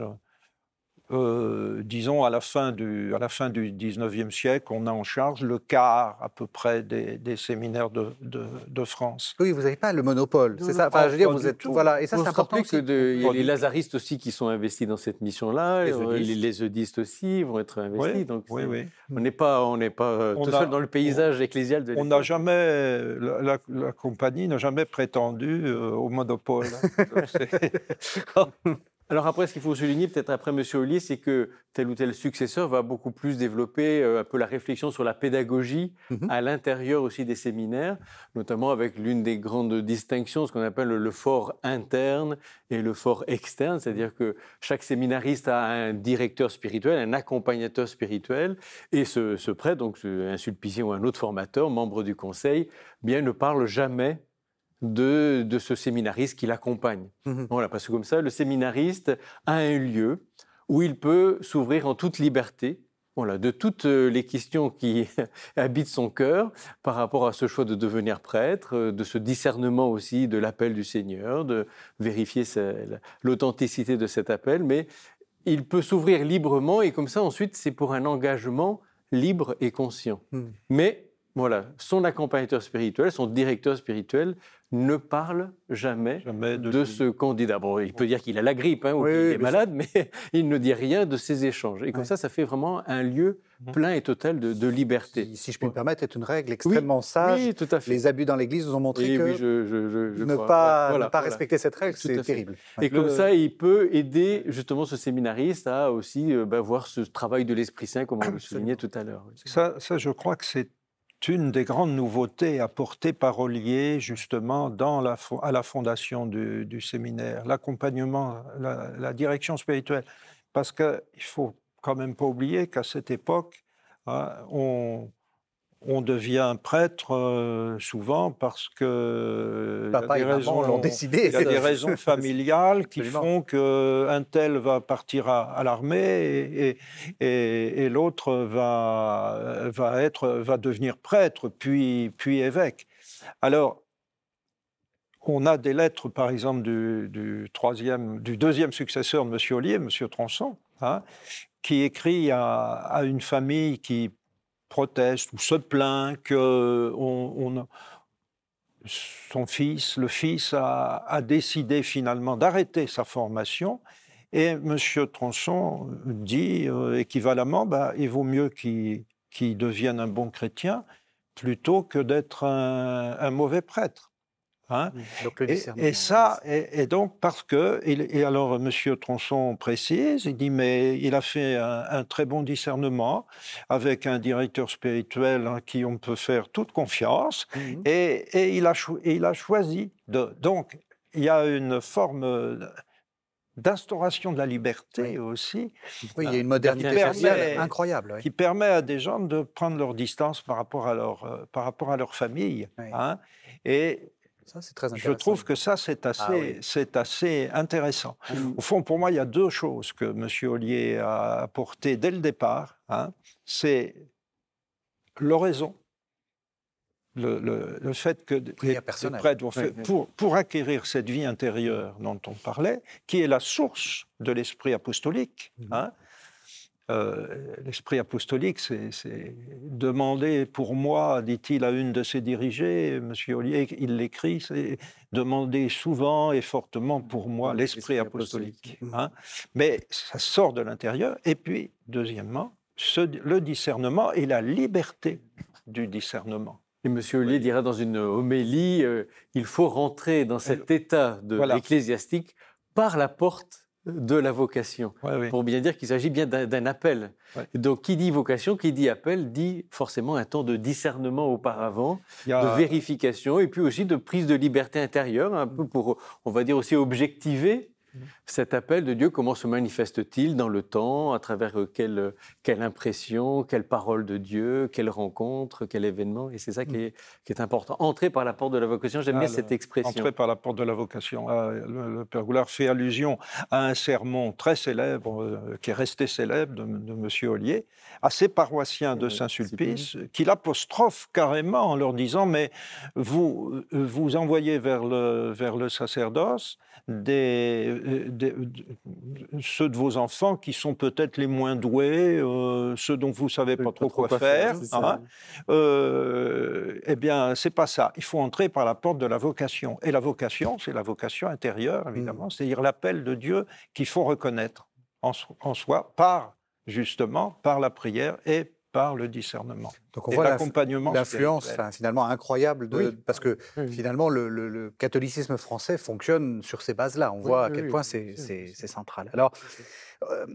euh, disons, à la fin du, à la fin du dix-neuvième siècle, on a en charge le quart à peu près des, des séminaires de, de, de France. Oui, vous n'avez pas le monopole, Non, c'est non, ça. Enfin, pas- je veux dire, pas vous du êtes tout. voilà, et ça Il faut c'est se important rappeler que aussi. de- il y a Pas les du tout. lazaristes aussi qui sont investis dans cette mission-là, Les euh, les, eudistes. les eudistes aussi vont être investis. Oui, donc oui, c'est- oui. on n'est pas, on n'est pas euh, On tout a- seul dans le paysage ecclésial de On l'époque. n'a jamais, la, la- la compagnie n'a jamais prétendu euh, au monopole. hein. C'est- Alors après, ce qu'il faut souligner, peut-être après M. Ollier, c'est que tel ou tel successeur va beaucoup plus développer euh, un peu la réflexion sur la pédagogie Mhm. à l'intérieur aussi des séminaires, notamment avec l'une des grandes distinctions, ce qu'on appelle le, le fort interne et le fort externe, c'est-à-dire que chaque séminariste a un directeur spirituel, un accompagnateur spirituel, et ce, ce prêtre, donc ce- un sulpicien ou un autre formateur, membre du conseil, bien ne parle jamais de, de ce séminariste qui l'accompagne. Mhm. Voilà, parce que comme ça, le séminariste a un lieu où il peut s'ouvrir en toute liberté, voilà, de toutes euh, les questions qui habitent son cœur par rapport à ce choix de devenir prêtre, euh, de ce discernement aussi de l'appel du Seigneur, de vérifier sa- la- l'authenticité de cet appel, mais il peut s'ouvrir librement et comme ça, ensuite, c'est pour un engagement libre et conscient. Mhm. Mais voilà, son accompagnateur spirituel, son directeur spirituel ne parle jamais Jamais de, de- ce candidat. Bon, il peut dire qu'il a la grippe hein, ou Oui, qu'il oui, est bien malade, mais il ne dit rien de ces échanges. Et comme Ouais. ça, ça fait vraiment un lieu Mhm. plein et total de, de liberté. Si, si je puis me permettre, est une règle extrêmement sage. Oui, tout à fait. Les abus dans l'Église nous ont montré Et que oui, je, je- je- je ne crois. pas, Voilà, ne pas voilà. respecter cette règle, Tout à c'est fait. terrible. Et comme Le- ça, il peut aider justement ce séminariste à aussi euh, bah, voir ce travail de l'Esprit Saint, comme on le soulignait tout à l'heure. Oui. Ça, ça, je crois que c'est une des grandes nouveautés apportées par Ollier, justement, dans la, fo- à la fondation du, du séminaire, l'accompagnement, la, la direction spirituelle. Parce qu'il ne faut quand même pas oublier qu'à cette époque, hein, on, on devient prêtre euh, souvent parce que Papa il y et a des maman l'ont raisons, décidé. il y a des raisons familiales qui Absolument. font qu'un tel va partir à, à l'armée et, et- et- et l'autre va, va, être, va devenir prêtre, puis, puis évêque. Alors, on a des lettres, par exemple, du, du, troisième, du deuxième successeur de M. Ollier, M. Tronçon, hein, qui écrit à, à une famille qui proteste ou se plaint que on, on- son fils, le fils, a, a décidé finalement d'arrêter sa formation. Et M. Tronçon dit euh, équivalemment, bah, il vaut mieux qu'il qu'il devienne un bon chrétien plutôt que d'être un, un mauvais prêtre. Hein. Donc le Et, discernement. et ça, et, et donc parce que, et, et alors M. Tronçon précise, il dit, mais il a fait un, un très bon discernement avec un directeur spirituel en qui on peut faire toute confiance, Mhm. et, et, il, a cho- et il a choisi. De, donc, il y a une forme d'instauration de la liberté Oui. aussi, Oui, il y a hein, une modernité qui sociale permet- incroyable. Oui. qui permet à des gens de prendre leur distance par rapport à leur, euh, par rapport à leur famille. Oui. Hein, et Ça, c'est très je intéressant. trouve que ça, c'est assez, Ah oui. c'est assez intéressant. Au fond, pour moi, il y a deux choses que M. Ollier a apportées dès le départ. Hein. C'est l'oraison, le, le, le fait que les, Prière les personnelle. prêtres vont faire, Oui, oui. pour, pour acquérir cette vie intérieure dont on parlait, qui est la source de l'esprit apostolique. Mhm. Hein. Euh, l'esprit apostolique, c'est c'est demander pour moi, dit-il à une de ses dirigées, M. Ollier, il l'écrit, c'est demander souvent et fortement pour moi l'esprit L'esprit apostolique. apostolique. Hein. Mais ça sort de l'intérieur. Et puis, deuxièmement, ce- le discernement et la liberté du discernement. Et M. Ollier Oui. dira dans une homélie, euh, il faut rentrer dans cet état de Voilà. ecclésiastique par la porte de la vocation, Ouais, oui. pour bien dire qu'il s'agit bien d'un d'un appel. Ouais. Et donc, qui dit vocation, qui dit appel, dit forcément un temps de discernement auparavant, Il y a- de vérification, et puis aussi de prise de liberté intérieure, un peu pour, on va dire aussi, objectiver cet appel de Dieu. Comment se manifeste-t-il dans le temps, à travers euh, quelle, quelle impression, quelle parole de Dieu, quelle rencontre, quel événement. Et c'est ça qui est, qui est important. Entrer par la porte de la vocation, j'aime Ah, bien le- cette expression. Entrer par la porte de la vocation. Ah, le, le Père Goulard fait allusion à un sermon très célèbre, euh, qui est resté célèbre, de, de M. Ollier, à ses paroissiens de Euh, Saint-Sulpice, qu'il apostrophe carrément en leur disant, mais vous vous envoyez vers le, vers le sacerdoce des, des- ceux de vos enfants qui sont peut-être les moins doués, euh, ceux dont vous ne savez pas trop quoi faire. c'est ça. Hein. Euh, eh bien, c'est pas ça. Il faut entrer par la porte de la vocation. Et la vocation, c'est la vocation intérieure, évidemment, c'est-à-dire l'appel de Dieu qu'il faut reconnaître en, so- en soi par, justement, par la prière et par le discernement. Donc on Et voit l'inf- l'accompagnement l'influence spirituel. enfin, finalement incroyable, de, Oui. parce que Oui. finalement le, le- le catholicisme français fonctionne sur ces bases-là. On Oui, voit à oui, quel oui, point bien c'est sûr, c'est- bien sûr. c'est central. Alors, euh,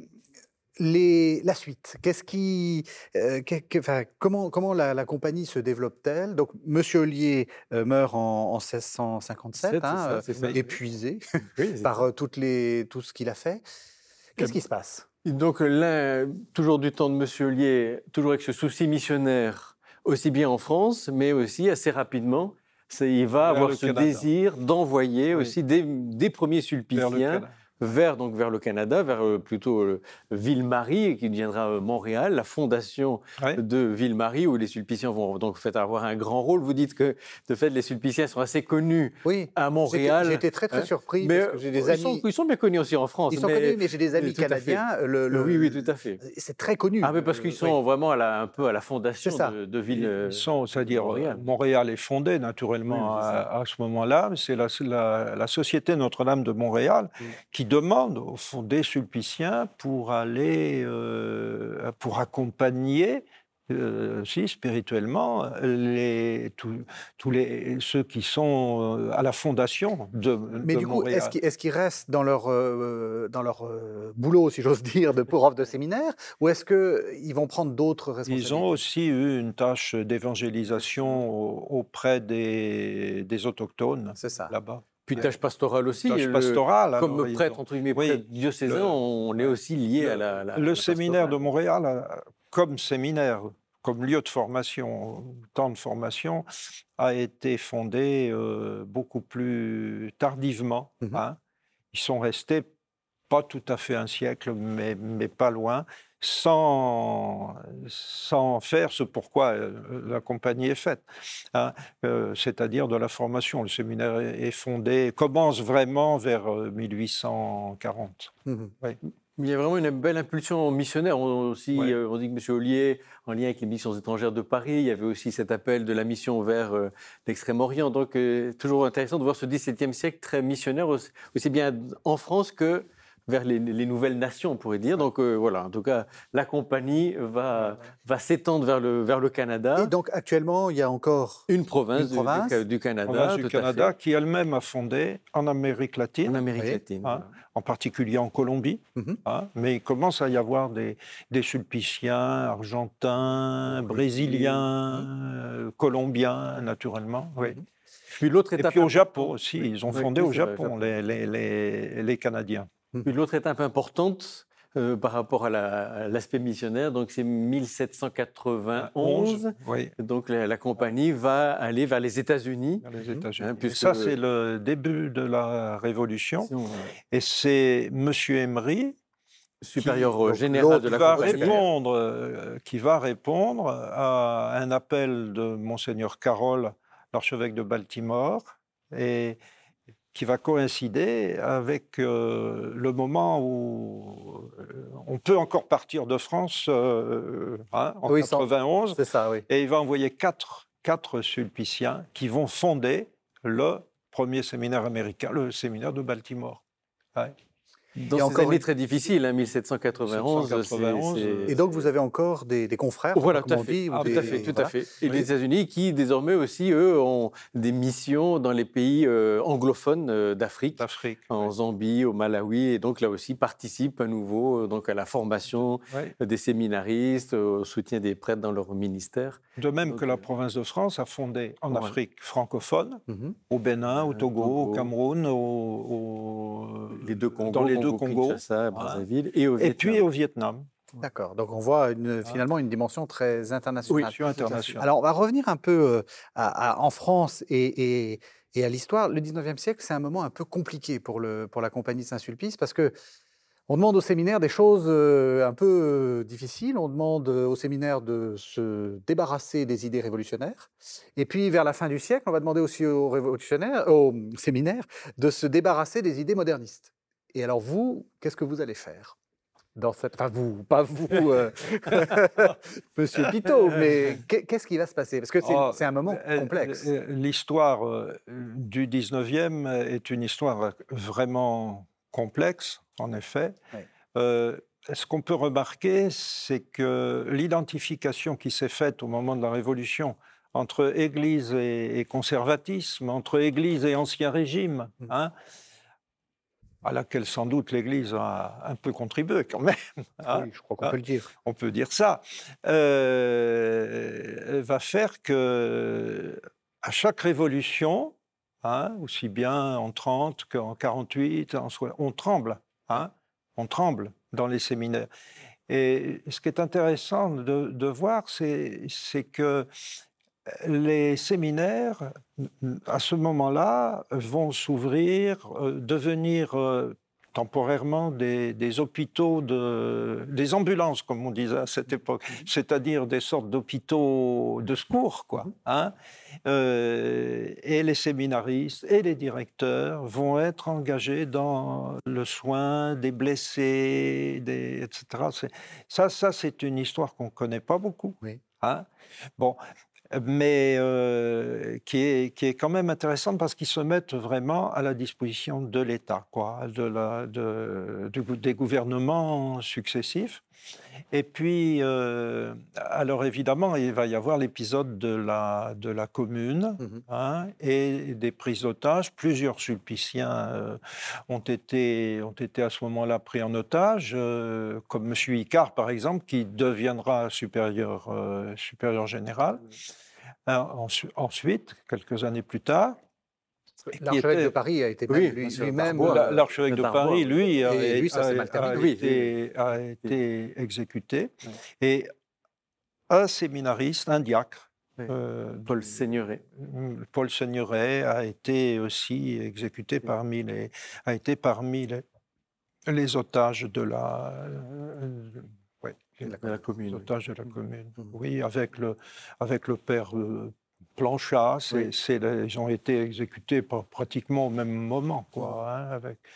les, la suite, qu'est-ce qui, euh, que- que- enfin, comment, comment la, la compagnie se développe-t-elle? Donc, Monsieur Ollier euh, meurt en, en seize cent cinquante-sept, C'est hein, ça, euh, c'est ça. épuisé Oui, c'est par ça. euh, toutes les, tout ce qu'il a fait. Qu'est-ce qui se passe? Donc là, toujours du temps de M. Ollier, toujours avec ce souci missionnaire, aussi bien en France, mais aussi assez rapidement, c'est- il va Vers avoir le ce Canada. désir d'envoyer Oui. aussi des, des premiers Vers le sulpiciens Canada. vers, donc, vers le Canada, vers euh, plutôt euh, Ville-Marie, qui deviendra euh, Montréal, la fondation Oui. de Ville-Marie, où les sulpiciens vont donc fait, avoir un grand rôle. Vous dites que, de fait, les sulpiciens sont assez connus Oui, à j'étais- Montréal. j'ai été très très hein. surpris Mais parce que j'ai des euh, ils, sont, amis. ils sont bien connus aussi en France. Ils sont mais- connus, mais j'ai des amis tout à fait. canadiens. Le, le- Oui, oui, tout à fait. C'est très connu. Ah, mais parce qu'ils Euh, sont oui. vraiment à la- un peu à la fondation C'est ça. de, de ville. euh, Ils sont, c'est-à-dire, Montréal. Montréal. Montréal est fondé naturellement Oui, c'est ça. à, à ce moment-là. C'est la, la- la Société Notre-Dame de Montréal Mm. qui demande au fond des sulpiciens pour aller, euh, pour accompagner euh, aussi spirituellement les, tous- tous les, ceux qui sont euh, à la fondation de, Mais de du coup, Montréal. est-ce qu'ils est-ce qu'ils restent dans leur, euh, dans leur euh, boulot, si j'ose dire, de prof de séminaire, ou est-ce qu'ils vont prendre d'autres responsabilités? Ils ont aussi eu une tâche d'évangélisation au- auprès des, des autochtones C'est ça. là-bas. Puis tâche pastorale aussi. Tâche le- pastorale. Comme alors, ils prêtre, ont- entre guillemets, Oui, prêtre diocésain, le- on est aussi lié le, à la, la- le la séminaire de pastorale. Montréal, euh, comme séminaire, comme lieu de formation, temps de formation, a été fondé euh, beaucoup plus tardivement. Mhm. Hein. Ils sont restés pas tout à fait un siècle, mais, mais pas loin, sans, sans faire ce pourquoi euh, la compagnie est faite, hein, euh, c'est-à-dire de la formation. Le séminaire est est fondé, commence vraiment vers euh, mille huit cent quarante. Mhm. Oui. Il y a vraiment une belle impulsion missionnaire. On, aussi, Ouais. euh, on dit que M. Ollier, en lien avec les missions étrangères de Paris, il y avait aussi cet appel de la mission vers euh, l'Extrême-Orient. Donc, euh, toujours intéressant de voir ce dix-septième siècle très missionnaire, aussi, aussi bien en France que vers les, les nouvelles nations, on pourrait dire. Donc, euh, voilà, en tout cas, la compagnie va, va s'étendre vers le, vers le Canada. Et donc, actuellement, il y a encore Une province, une du- province. Du, du Canada, Province tout du à Canada, fait. qui elle-même a fondé en Amérique latine. En Amérique Oui. latine. Hein, voilà. en particulier en Colombie, Mhm. hein, mais il commence à y avoir des, des Sulpiciens, Argentins, Brésiliens, euh, Colombiens, naturellement. Oui. Mhm. Puis l'autre Et étape puis au Japon importante- aussi, oui. ils ont Oui, fondé oui, au c'est vrai, Japon, les, les, les, les Canadiens. Puis l'autre étape importante euh, par rapport à la- à l'aspect missionnaire, donc c'est mille sept cent quatre-vingt-onze. Oui, Donc la, la compagnie va aller vers les États-Unis. vers les Mhm. États-Unis. Hein, Et puisque- ça, c'est le début de la Révolution. Si on- Et c'est M. Emery Supérieur donc général l'autre de la va compagnie. répondre, euh, qui va répondre à un appel de Monseigneur Carroll, l'archevêque de Baltimore, et qui va coïncider avec euh, le moment où euh, on peut encore partir de France euh, hein, en Oui, sans- quatre-vingt-onze, C'est ça, oui. et il va envoyer quatre, quatre sulpiciens qui vont fonder le premier séminaire américain, le séminaire de Baltimore. Ouais. Dans Et ces encore années une- très difficiles, hein, mille sept cent quatre-vingt-onze, c'est- mille sept cent quatre-vingt-onze, c'est- Et donc, vous avez encore des, des confrères, Voilà, comme tout à on fait. dit, ou Ah, des- Tout à fait, tout voilà. à fait. Et Oui. les États-Unis qui, désormais aussi, eux, ont des missions dans les pays euh, anglophones euh, d'Afrique, D'Afrique. en oui. Zambie, au Malawi, et donc là aussi participent à nouveau euh, donc à la formation Ouais. des séminaristes, au soutien des prêtres dans leur ministère. De même Donc, que la euh, province de France a fondé en voilà. Afrique francophone, Mhm. au Bénin, au Euh, Togo, au Togo. Cameroun, au, au- Les deux Congos, dans les deux Congo, Congos, Kinshasa, voilà. Brazzaville, et au et Vietnam. puis au Vietnam, D'accord. Donc, on voit une- finalement une dimension très internationale. mission internationale. Alors, on va revenir un peu euh, à- à- en France et, et- et à l'histoire. Le dix-neuvième siècle, c'est un moment un peu compliqué pour, le, pour la Compagnie de Saint-Sulpice parce que on demande au séminaire des choses euh, un peu euh, difficiles. On demande euh, au séminaire de se débarrasser des idées révolutionnaires. Et puis, vers la fin du siècle, on va demander aussi aux révolutionnaires, aux séminaires, de se débarrasser des idées modernistes. Et alors, vous, qu'est-ce que vous allez faire dans cette... Enfin, vous, pas vous, euh, Monsieur Pitot, mais qu'est- qu'est-ce qui va se passer? Parce que c'est Oh, c'est un moment euh, complexe. euh, L'histoire euh, du dix-neuvième est une histoire vraiment complexe, en effet. Oui. Euh, ce qu'on peut remarquer, c'est que l'identification qui s'est faite au moment de la Révolution entre Église et, et conservatisme, entre Église et Ancien Régime, Mm. hein, à laquelle sans doute l'Église a un peu contribué quand même, hein, Oui, je crois qu'on hein, peut le dire. on peut dire ça, euh, va faire que à chaque révolution, hein, aussi bien en trente qu'en quarante-huit, en soi- on tremble, hein, on tremble dans les séminaires. Et ce qui est intéressant de, de voir, c'est c'est que les séminaires, à ce moment-là, vont s'ouvrir, euh, devenir euh, temporairement des, des hôpitaux, de, des ambulances, comme on disait à cette époque, c'est-à-dire des sortes d'hôpitaux de secours, quoi. Hein. Euh, et les séminaristes et les directeurs vont être engagés dans le soin des blessés, des, et cetera. C'est- Ça, ça c'est une histoire qu'on ne connaît pas beaucoup. Oui. Hein. Bon, mais euh, qui, est, qui est quand même intéressante parce qu'ils se mettent vraiment à la disposition de l'État, quoi, de la, de, du, des gouvernements successifs. Et puis, euh, alors évidemment, il va y avoir l'épisode de la, de la Commune, Mhm. hein, et des prises d'otages. Plusieurs sulpiciens euh, ont, été, ont été à ce moment-là pris en otage, euh, comme M. Icare, par exemple, qui deviendra supérieur, euh, supérieur général. Alors, ensu- ensuite, quelques années plus tard, qui L'archevêque était- de Paris a été Oui, même lui- monsieur lui-même... Darbois, euh, la- l'archevêque de Darbois, Paris, oui. lui, a, Et lui, ça s'est a- mal terminé. a Oui, été, a été exécuté. Oui. Et un séminariste, un diacre, Oui. euh, Paul Seigneuré. Paul Seigneuré, a été aussi exécuté parmi les, a été parmi les, les otages de la, euh, ouais, les De la commune. oui. otages de la commune. Mhm. Oui, avec le, avec le père euh, Planchat, c'est, Oui. c'est les- ils ont été exécutés par- pratiquement au même moment, quoi, hein, avec,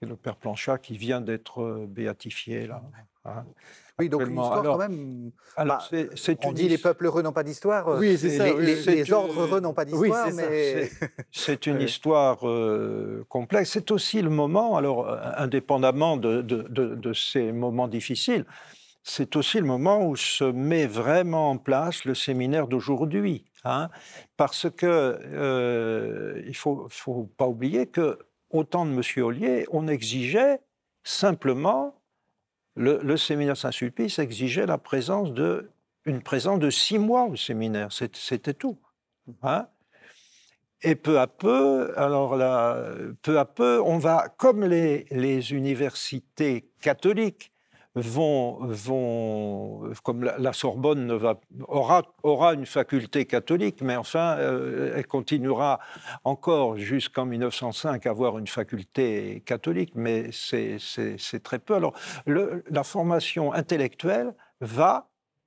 Et le père Planchat qui vient d'être béatifié là. Hein. Oui, donc une histoire alors, quand même. Alors, Bah, c'est, c'est on une dit les peuples heureux n'ont pas d'histoire. Oui, c'est ça. Les, oui, les- c'est les une- ordres heureux n'ont pas Oui, d'histoire, c'est ça, mais C'est, c'est une Ouais. histoire euh, complexe. C'est aussi le moment, alors euh, indépendamment de, de- de- de ces moments difficiles, c'est aussi le moment où se met vraiment en place le séminaire d'aujourd'hui. Hein, parce que euh, il ne faut, faut pas oublier que au temps de M. Ollier, on exigeait simplement, le, le séminaire Saint-Sulpice exigeait la présence de, une présence de six mois au séminaire. C'est- C'était tout. Hein. Et peu à peu, alors là, peu à peu, on va, comme les, les universités catholiques vont, vont comme la, la Sorbonne ne va, aura, aura une faculté catholique, mais enfin, euh, elle continuera encore jusqu'en mille neuf cent cinq à avoir une faculté catholique, mais c'est, c'est, c'est très peu. Alors, le, la formation intellectuelle va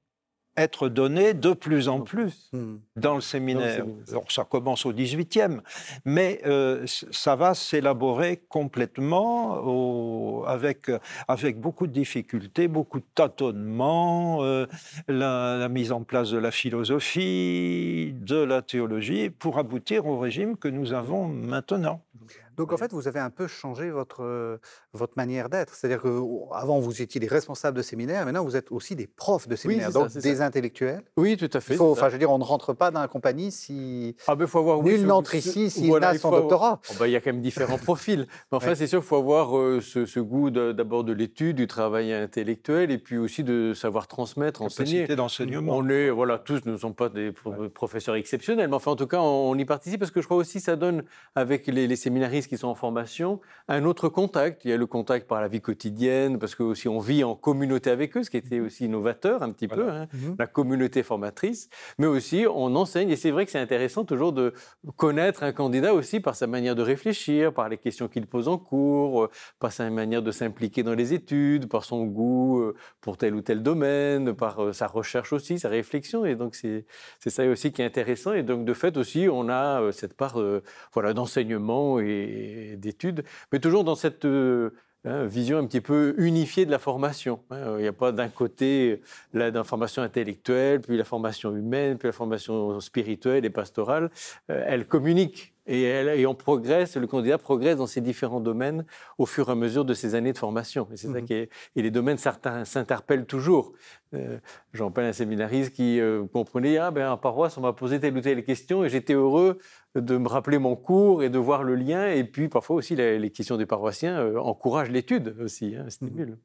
être donnée de plus en plus Hmm. dans le séminaire. séminaire. Alors, ça commence au dix-huitième, mais euh, c- ça va s'élaborer complètement au- avec, avec beaucoup de difficultés, beaucoup de tâtonnements, euh, la, la mise en place de la philosophie, de la théologie, pour aboutir au régime que nous avons maintenant. Donc en fait, vous avez un peu changé votre, euh, votre manière d'être. C'est-à-dire qu'avant, vous étiez des responsables de séminaire, maintenant, vous êtes aussi des profs de séminaire, c'est ça, donc c'est des ça. intellectuels. Oui, tout à fait. Il faut, c'est ça. enfin, je veux dire, on ne rentre pas dans la compagnie si Ah ben, faut avoir, oui, nul ce- n'entre ce- ici s'il voilà, n'a il son faut avoir- doctorat. Oh, ben, il y a quand même différents profils. Mais enfin, Ouais. c'est sûr qu'il faut avoir euh, ce, ce goût de- d'abord de l'étude, du travail intellectuel, et puis aussi de savoir transmettre, enseigner. Capacité d'enseignement. On est, voilà, tous ne sont pas des pro- Ouais. professeurs exceptionnels, mais enfin, en tout cas, on, on y participe parce que je crois aussi que ça donne, avec les, les séminaristes qui sont en formation, un autre contact. Il y a le contact par la vie quotidienne, parce que aussi on vit en communauté avec eux, ce qui était aussi novateur un petit Voilà. peu, hein, Mhm. la communauté formatrice, mais aussi on enseigne, et c'est vrai que c'est intéressant toujours de connaître un candidat aussi par sa manière de réfléchir, par les questions qu'il pose en cours, euh, par sa manière de s'impliquer dans les études, par son goût euh, pour tel ou tel domaine, par euh, sa recherche aussi, sa réflexion, et donc c'est c'est ça aussi qui est intéressant, et donc de fait aussi on a euh, cette part euh, voilà, d'enseignement et, et d'études, mais toujours dans cette euh, hein, vision un petit peu unifiée de la formation. Hein. Il n'y a pas d'un côté la, la formation intellectuelle, puis la formation humaine, puis la formation spirituelle et pastorale. Euh, elle communique et, elle, et on progresse, le candidat progresse dans ces différents domaines au fur et à mesure de ses années de formation. Et c'est ça Mhm. qui est, et les domaines certains s'interpellent toujours. Euh, J'en parle à un séminariste qui euh, comprenait, ah ben en paroisse on m'a posé telle ou telle question et j'étais heureux de me rappeler mon cours et de voir le lien. Et puis parfois aussi les, les questions des paroissiens euh, encouragent l'étude aussi, hein, stimulent.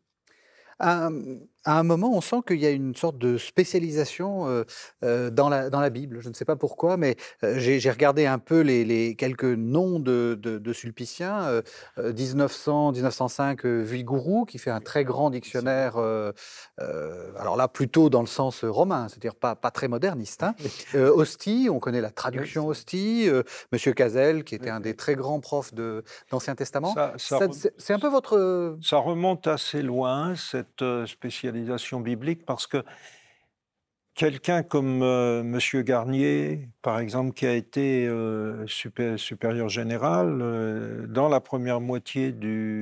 À, à un moment, on sent qu'il y a une sorte de spécialisation euh, euh, dans, la, dans la Bible. Je ne sais pas pourquoi, mais euh, j'ai j'ai regardé un peu les, les quelques noms de, de, de sulpiciens. Euh, euh, dix-neuf cents, dix-neuf cent cinq, euh, Vigouroux, qui fait un très grand dictionnaire, euh, euh, alors là, plutôt dans le sens romain, c'est-à-dire pas, pas très moderniste. Hein. Euh, Ostie, on connaît la traduction Ostie. Euh, Monsieur Cazel, qui était un des très grands profs de- d'Ancien Testament. Ça- ça Ça- rem- C'est c'est un peu votre... Ça remonte assez loin, cette euh, spécialisation biblique, parce que quelqu'un comme euh, Monsieur Garnier, par exemple, qui a été euh, supé- supérieur général euh, dans la première moitié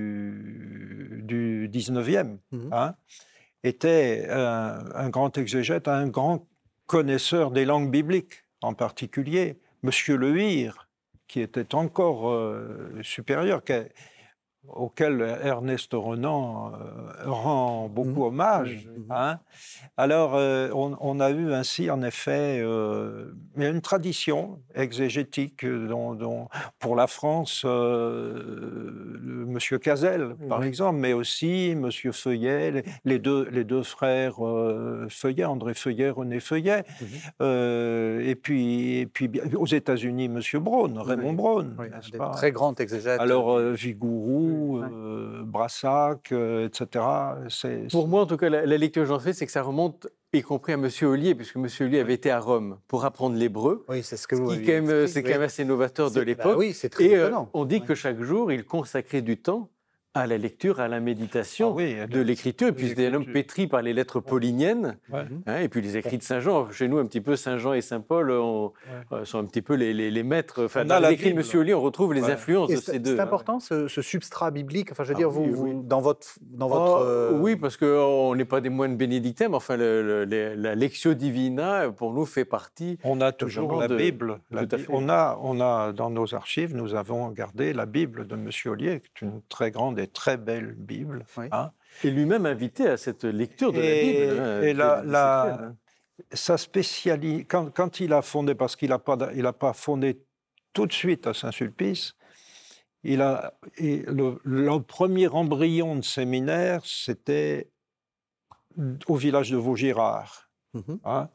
du, du dix-neuvième, Mhm. hein, était un, un grand exégète, un grand connaisseur des langues bibliques en particulier. Monsieur Le Hire, qui était encore euh, supérieur, qui a- auquel Ernest Renan euh, rend beaucoup Mhm. hommage. Mhm. Hein. Alors, euh, on, on a eu ainsi, en effet, euh, il y a une tradition exégétique dont, dont, pour la France, euh, le- Monsieur Cazel, par Oui. exemple, mais aussi Monsieur Feuillet, les, les deux, les deux frères euh, Feuillet, André Feuillet, René Feuillet, Mhm. euh, et, puis, et puis bien, aux États-Unis, Monsieur Braun, Raymond Oui. Braun, Oui, un n'est-ce des pas? très grands exégètes. Alors, du- euh, Vigouroux, Ouais. euh, Brassac, euh, et cetera. C'est, Pour moi, en tout cas, la, la lecture que j'en fais, c'est que ça remonte, y compris à M. Ollier, puisque M. Ollier avait été à Rome pour apprendre l'hébreu, Oui, c'est ce que ce vous qui, m'aviez quand même, expliqué, c'est oui. quand même assez novateur de C'est- bah l'époque. oui, c'est très Et euh, étonnant. on dit Ouais. que chaque jour, il consacrait du temps à la lecture, à la méditation Ah oui, de l'écriture. Et puis c'était un homme pétri par les lettres pauliniennes. Ouais. Hein, et puis les écrits de Saint Jean. Chez nous, un petit peu, Saint Jean et Saint Paul on, Ouais. euh, sont un petit peu les, les, les maîtres. Enfin, On dans a les la écrits de Bible. Monsieur Ollier, on retrouve les Ouais. influences Et de c'est ces deux. c'est hein. important ce, ce substrat biblique. Enfin, je veux Ah dire, vous, oui, vous- oui. dans votre, dans votre. Oh, euh, Oui, parce qu'on n'est pas des moines bénédictins, mais enfin, le, le- les- la Lectio Divina, pour nous, fait partie. On a toujours Vraiment la de- Bible. La tout à Bi- fait. on, a, on a, dans nos archives, nous avons gardé la Bible de M. Ollier, qui est une très grande et très belle Bible. Oui. hein. Et lui-même invité à cette lecture de la Et- Bible. hein, et dès la- le la- dix-septième, hein. Sa spécialité, quand, quand il a fondé, parce qu'il n'a pas, il a pas fondé tout de suite à Saint-Sulpice, il a, et le, le premier embryon de séminaire, c'était au village de Vaugirard. Mhm. hein.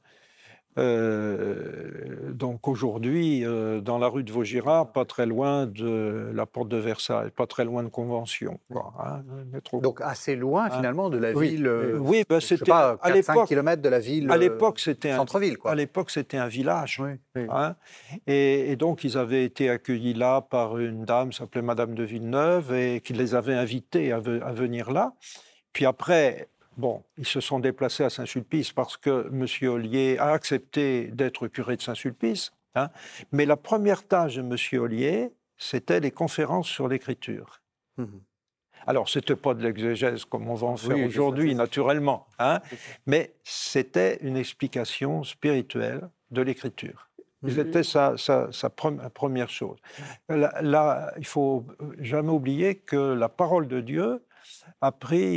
Euh, donc aujourd'hui, euh, dans la rue de Vaugirard, pas très loin de la porte de Versailles, pas très loin de Convention. Quoi, hein, le métro. Donc assez loin Ah. finalement de la Oui. ville. euh, oui, ben, je sais c'était pas, à quatre cinq l'époque. kilomètres de la ville. À euh, l'époque, c'était un centre-ville, quoi. À l'époque, c'était un village. Oui. Oui. hein. Et, et donc, ils avaient été accueillis là par une dame, s'appelait Madame de Villeneuve, et qui les avait invités à, ve- à venir là. Puis après, bon, ils se sont déplacés à Saint-Sulpice parce que M. Ollier a accepté d'être curé de Saint-Sulpice. hein. Mais la première tâche de M. Ollier, c'était les conférences sur l'écriture. Mhm. Alors, ce n'était pas de l'exégèse comme on va en Oui, faire c'est ça, aujourd'hui, c'est ça. naturellement, hein, mais c'était une explication spirituelle de l'écriture. C'était sa, sa, sa pre- première chose. Là, là, il ne faut jamais oublier que la parole de Dieu a pris,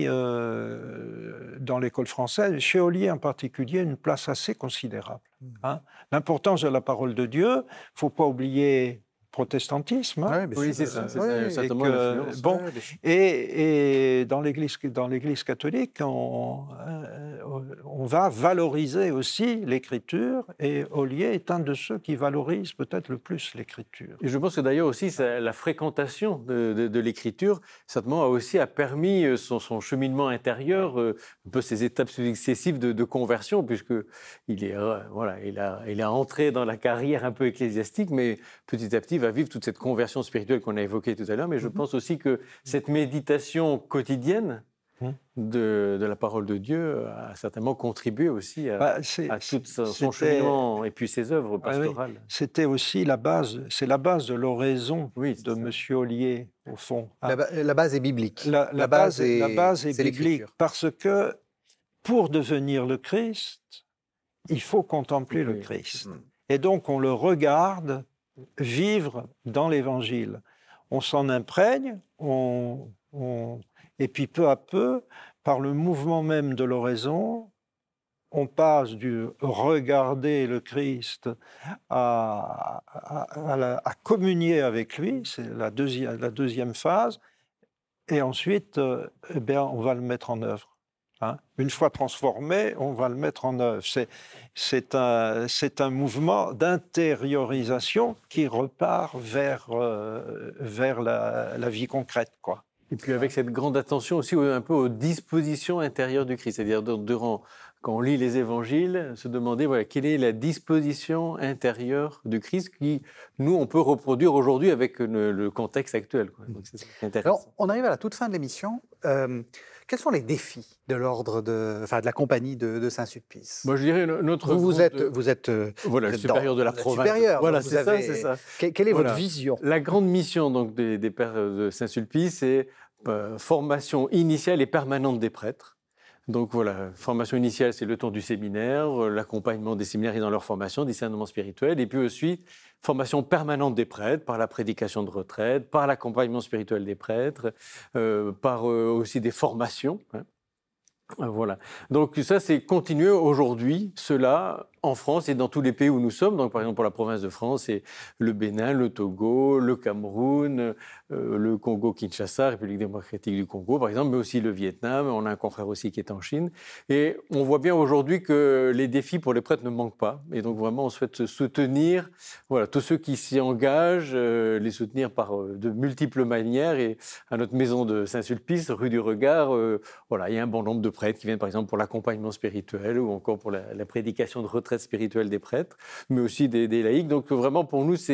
euh, dans l'école française, chez Ollier en particulier, une place assez considérable. hein. L'importance de la parole de Dieu, il ne faut pas oublier le protestantisme. hein. Ouais, bien Oui, sûr. c'est ça. C'est Oui, ça, et certainement que- l'influence. bon, Ouais, bien sûr. Et, et dans l'Église dans l'Église catholique, on, euh, on va valoriser aussi l'écriture, et Ollier est un de ceux qui valorise peut-être le plus l'écriture. Et je pense que d'ailleurs aussi, ça- la fréquentation de, de- de l'écriture, certainement, a aussi a permis euh, son, son cheminement intérieur, euh, un peu ses étapes successives de, de conversion, puisque il est, euh, voilà, il a, il a entré dans la carrière un peu ecclésiastique, mais petit à petit va vivre toute cette conversion spirituelle qu'on a évoquée tout à l'heure. Mais je Mhm. pense aussi que cette méditation quotidienne Mhm. de, de la parole de Dieu a certainement contribué aussi à, Bah, c'est- à tout son, son c'était- cheminement et puis ses œuvres Ah oui. pastorales. C'était aussi la base, c'est la base de l'oraison Oui, c'est de ça. M. Ollier, au fond. hein. La, ba- la base est biblique. La, la base, est, la base est c'est biblique, l'écriture. parce que pour devenir le Christ, il faut contempler le Oui. Christ. Mhm. Et donc on le regarde vivre dans l'Évangile. On s'en imprègne, on, on- et puis peu à peu, par le mouvement même de l'oraison, on passe du regarder le Christ à, à- à la- à communier avec lui, c'est la deuxième, la deuxième phase, et ensuite, euh, eh bien, on va le mettre en œuvre. hein. Une fois transformé, on va le mettre en œuvre. C'est, c'est, un, c'est un mouvement d'intériorisation qui repart vers, euh, vers la, la vie concrète, quoi. Et puis avec cette grande attention aussi au- un peu aux dispositions intérieures du Christ, c'est-à-dire de- durant, quand on lit les évangiles, se demander voilà, quelle est la disposition intérieure du Christ qui, nous, on peut reproduire aujourd'hui avec le, le contexte actuel. Quoi. Donc c'est ça qui est intéressant. Alors, on arrive à la toute fin de l'émission. Euh, quels sont les défis de l'ordre de, enfin, de la compagnie de, de Saint-Sulpice? Moi, je dirais no- notre Vous, vous groupe êtes, de- vous êtes, euh, voilà, vous le êtes supérieur dans- de la vous êtes province. supérieur, Voilà, donc c'est vous ça, avez- c'est ça. que- quelle est Voilà. votre vision? La grande mission donc, des, des pères de Saint-Sulpice, c'est euh, formation initiale et permanente des prêtres. Donc voilà, formation initiale, c'est le temps du séminaire, euh, l'accompagnement des séminaires dans leur formation, discernement spirituel, et puis aussi formation permanente des prêtres par la prédication de retraite, par l'accompagnement spirituel des prêtres, euh, par euh, aussi des formations. hein. Euh, Voilà. Donc ça, c'est continuer aujourd'hui, cela en France et dans tous les pays où nous sommes. Donc par exemple pour la province de France, c'est le Bénin, le Togo, le Cameroun, euh, le Congo-Kinshasa, République démocratique du Congo par exemple, mais aussi le Vietnam. On a un confrère aussi qui est en Chine. Et on voit bien aujourd'hui que les défis pour les prêtres ne manquent pas. Et donc vraiment, on souhaite soutenir voilà, tous ceux qui s'y engagent, euh, les soutenir par euh, de multiples manières. Et à notre maison de Saint-Sulpice, rue du Regard, euh, voilà, il y a un bon nombre de prêtres qui viennent par exemple pour l'accompagnement spirituel ou encore pour la, la prédication de retraite spirituelle des prêtres, mais aussi des, des laïcs. Donc vraiment pour nous, c'est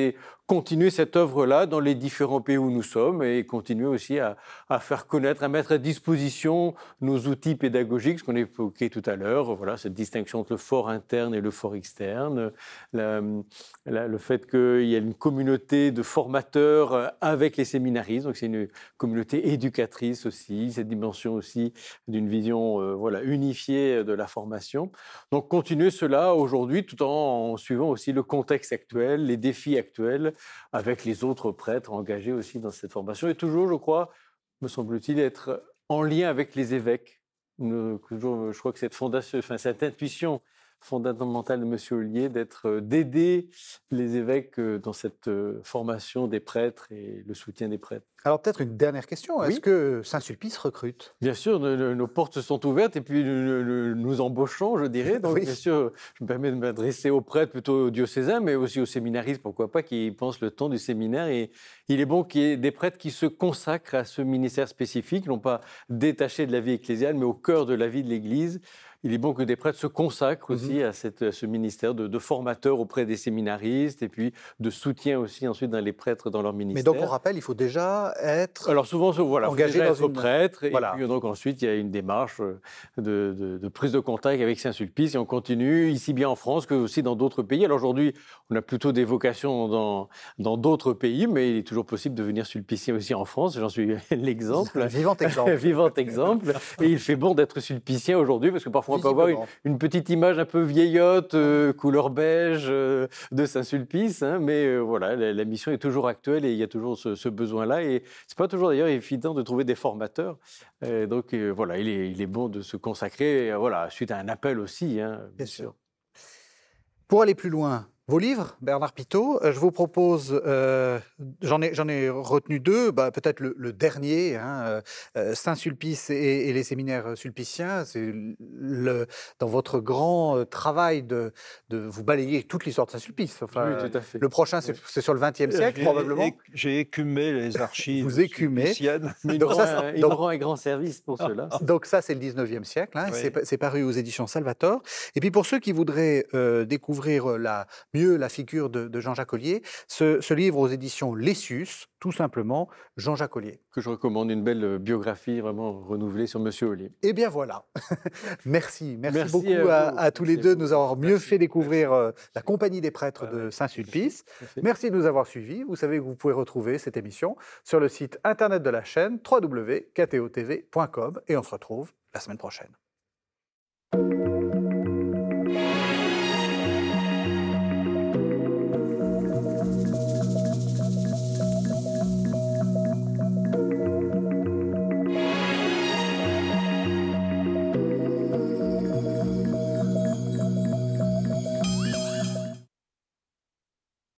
continuer cette œuvre-là dans les différents pays où nous sommes et continuer aussi à, à faire connaître, à mettre à disposition nos outils pédagogiques, ce qu'on a évoqué tout à l'heure, voilà, cette distinction entre le fort interne et le fort externe, la, la, le fait qu'il y a une communauté de formateurs avec les séminaristes, donc c'est une communauté éducatrice aussi, cette dimension aussi d'une vision euh, voilà, unifiée de la formation. Donc continuer cela aujourd'hui tout en, en suivant aussi le contexte actuel, les défis actuels, avec les autres prêtres engagés aussi dans cette formation. Et toujours, je crois, me semble-t-il, être en lien avec les évêques. Je crois que cette fondation, enfin, cette intuition fondamentale de M. Ollier d'être, d'aider les évêques dans cette formation des prêtres et le soutien des prêtres. Alors peut-être une dernière question, Oui. est-ce que Saint-Sulpice recrute? Bien sûr, nos, nos portes sont ouvertes et puis nous, nous, nous embauchons, je dirais. Donc Oui. bien sûr, je me permets de m'adresser aux prêtres, plutôt aux diocésains, mais aussi aux séminaristes, pourquoi pas, qui pensent le temps du séminaire. Et il est bon qu'il y ait des prêtres qui se consacrent à ce ministère spécifique, non pas détachés de la vie ecclésiale, mais au cœur de la vie de l'Église. Il est bon que des prêtres se consacrent aussi mmh. à, cette, à ce ministère de, de formateurs auprès des séminaristes et puis de soutien aussi ensuite dans les prêtres dans leur ministère. Mais donc on rappelle, il faut déjà être Alors souvent, voilà, engagé déjà dans être une... prêtre Voilà. et puis donc ensuite il y a une démarche de, de, de prise de contact avec Saint-Sulpice et on continue ici bien en France que aussi dans d'autres pays. Alors aujourd'hui, on a plutôt des vocations dans, dans d'autres pays, mais il est toujours possible de devenir sulpicien aussi en France. J'en suis l'exemple. Vivant exemple. Vivant exemple. Et il fait bon d'être sulpicien aujourd'hui parce que parfois on peut avoir une, une petite image un peu vieillotte, euh, couleur beige euh, de Saint-Sulpice, hein, mais euh, voilà, la, la mission est toujours actuelle et il y a toujours ce, ce besoin-là. Et c'est pas toujours d'ailleurs évident de trouver des formateurs. Euh, donc euh, voilà, il est, il est bon de se consacrer, euh, voilà, suite à un appel aussi, hein, bien, bien sûr. sûr. Pour aller plus loin, vos livres, Bernard Pitot, je vous propose, euh, j'en ai, j'en ai retenu deux, bah, peut-être le, le dernier, hein, euh, Saint-Sulpice et, et les séminaires sulpiciens, c'est le, dans votre grand travail de, de vous balayer toute l'histoire de Saint-Sulpice. Enfin, oui, tout à fait. Le prochain, c'est, c'est sur le vingtième siècle, j'ai, probablement. J'ai écumé les archives vous écumez. Mais donc, ça, ça, il rend un grand service pour cela. Donc ça, c'est le dix-neuvième siècle, hein, oui. c'est, c'est paru aux éditions Salvator. Et puis pour ceux qui voudraient euh, découvrir la mieux la figure de, de Jean-Jacques Ollier, ce, ce livre aux éditions Lessius, tout simplement, Jean-Jacques Ollier. Que je recommande, une belle biographie vraiment renouvelée sur Monsieur Ollier. Eh bien voilà, merci, merci, merci beaucoup à, à, à tous les deux de nous avoir mieux merci. fait découvrir euh, la compagnie des prêtres de Saint-Sulpice. Merci. merci de nous avoir suivis. Vous savez que vous pouvez retrouver cette émission sur le site internet de la chaîne w w w point k t o t v point com et on se retrouve la semaine prochaine.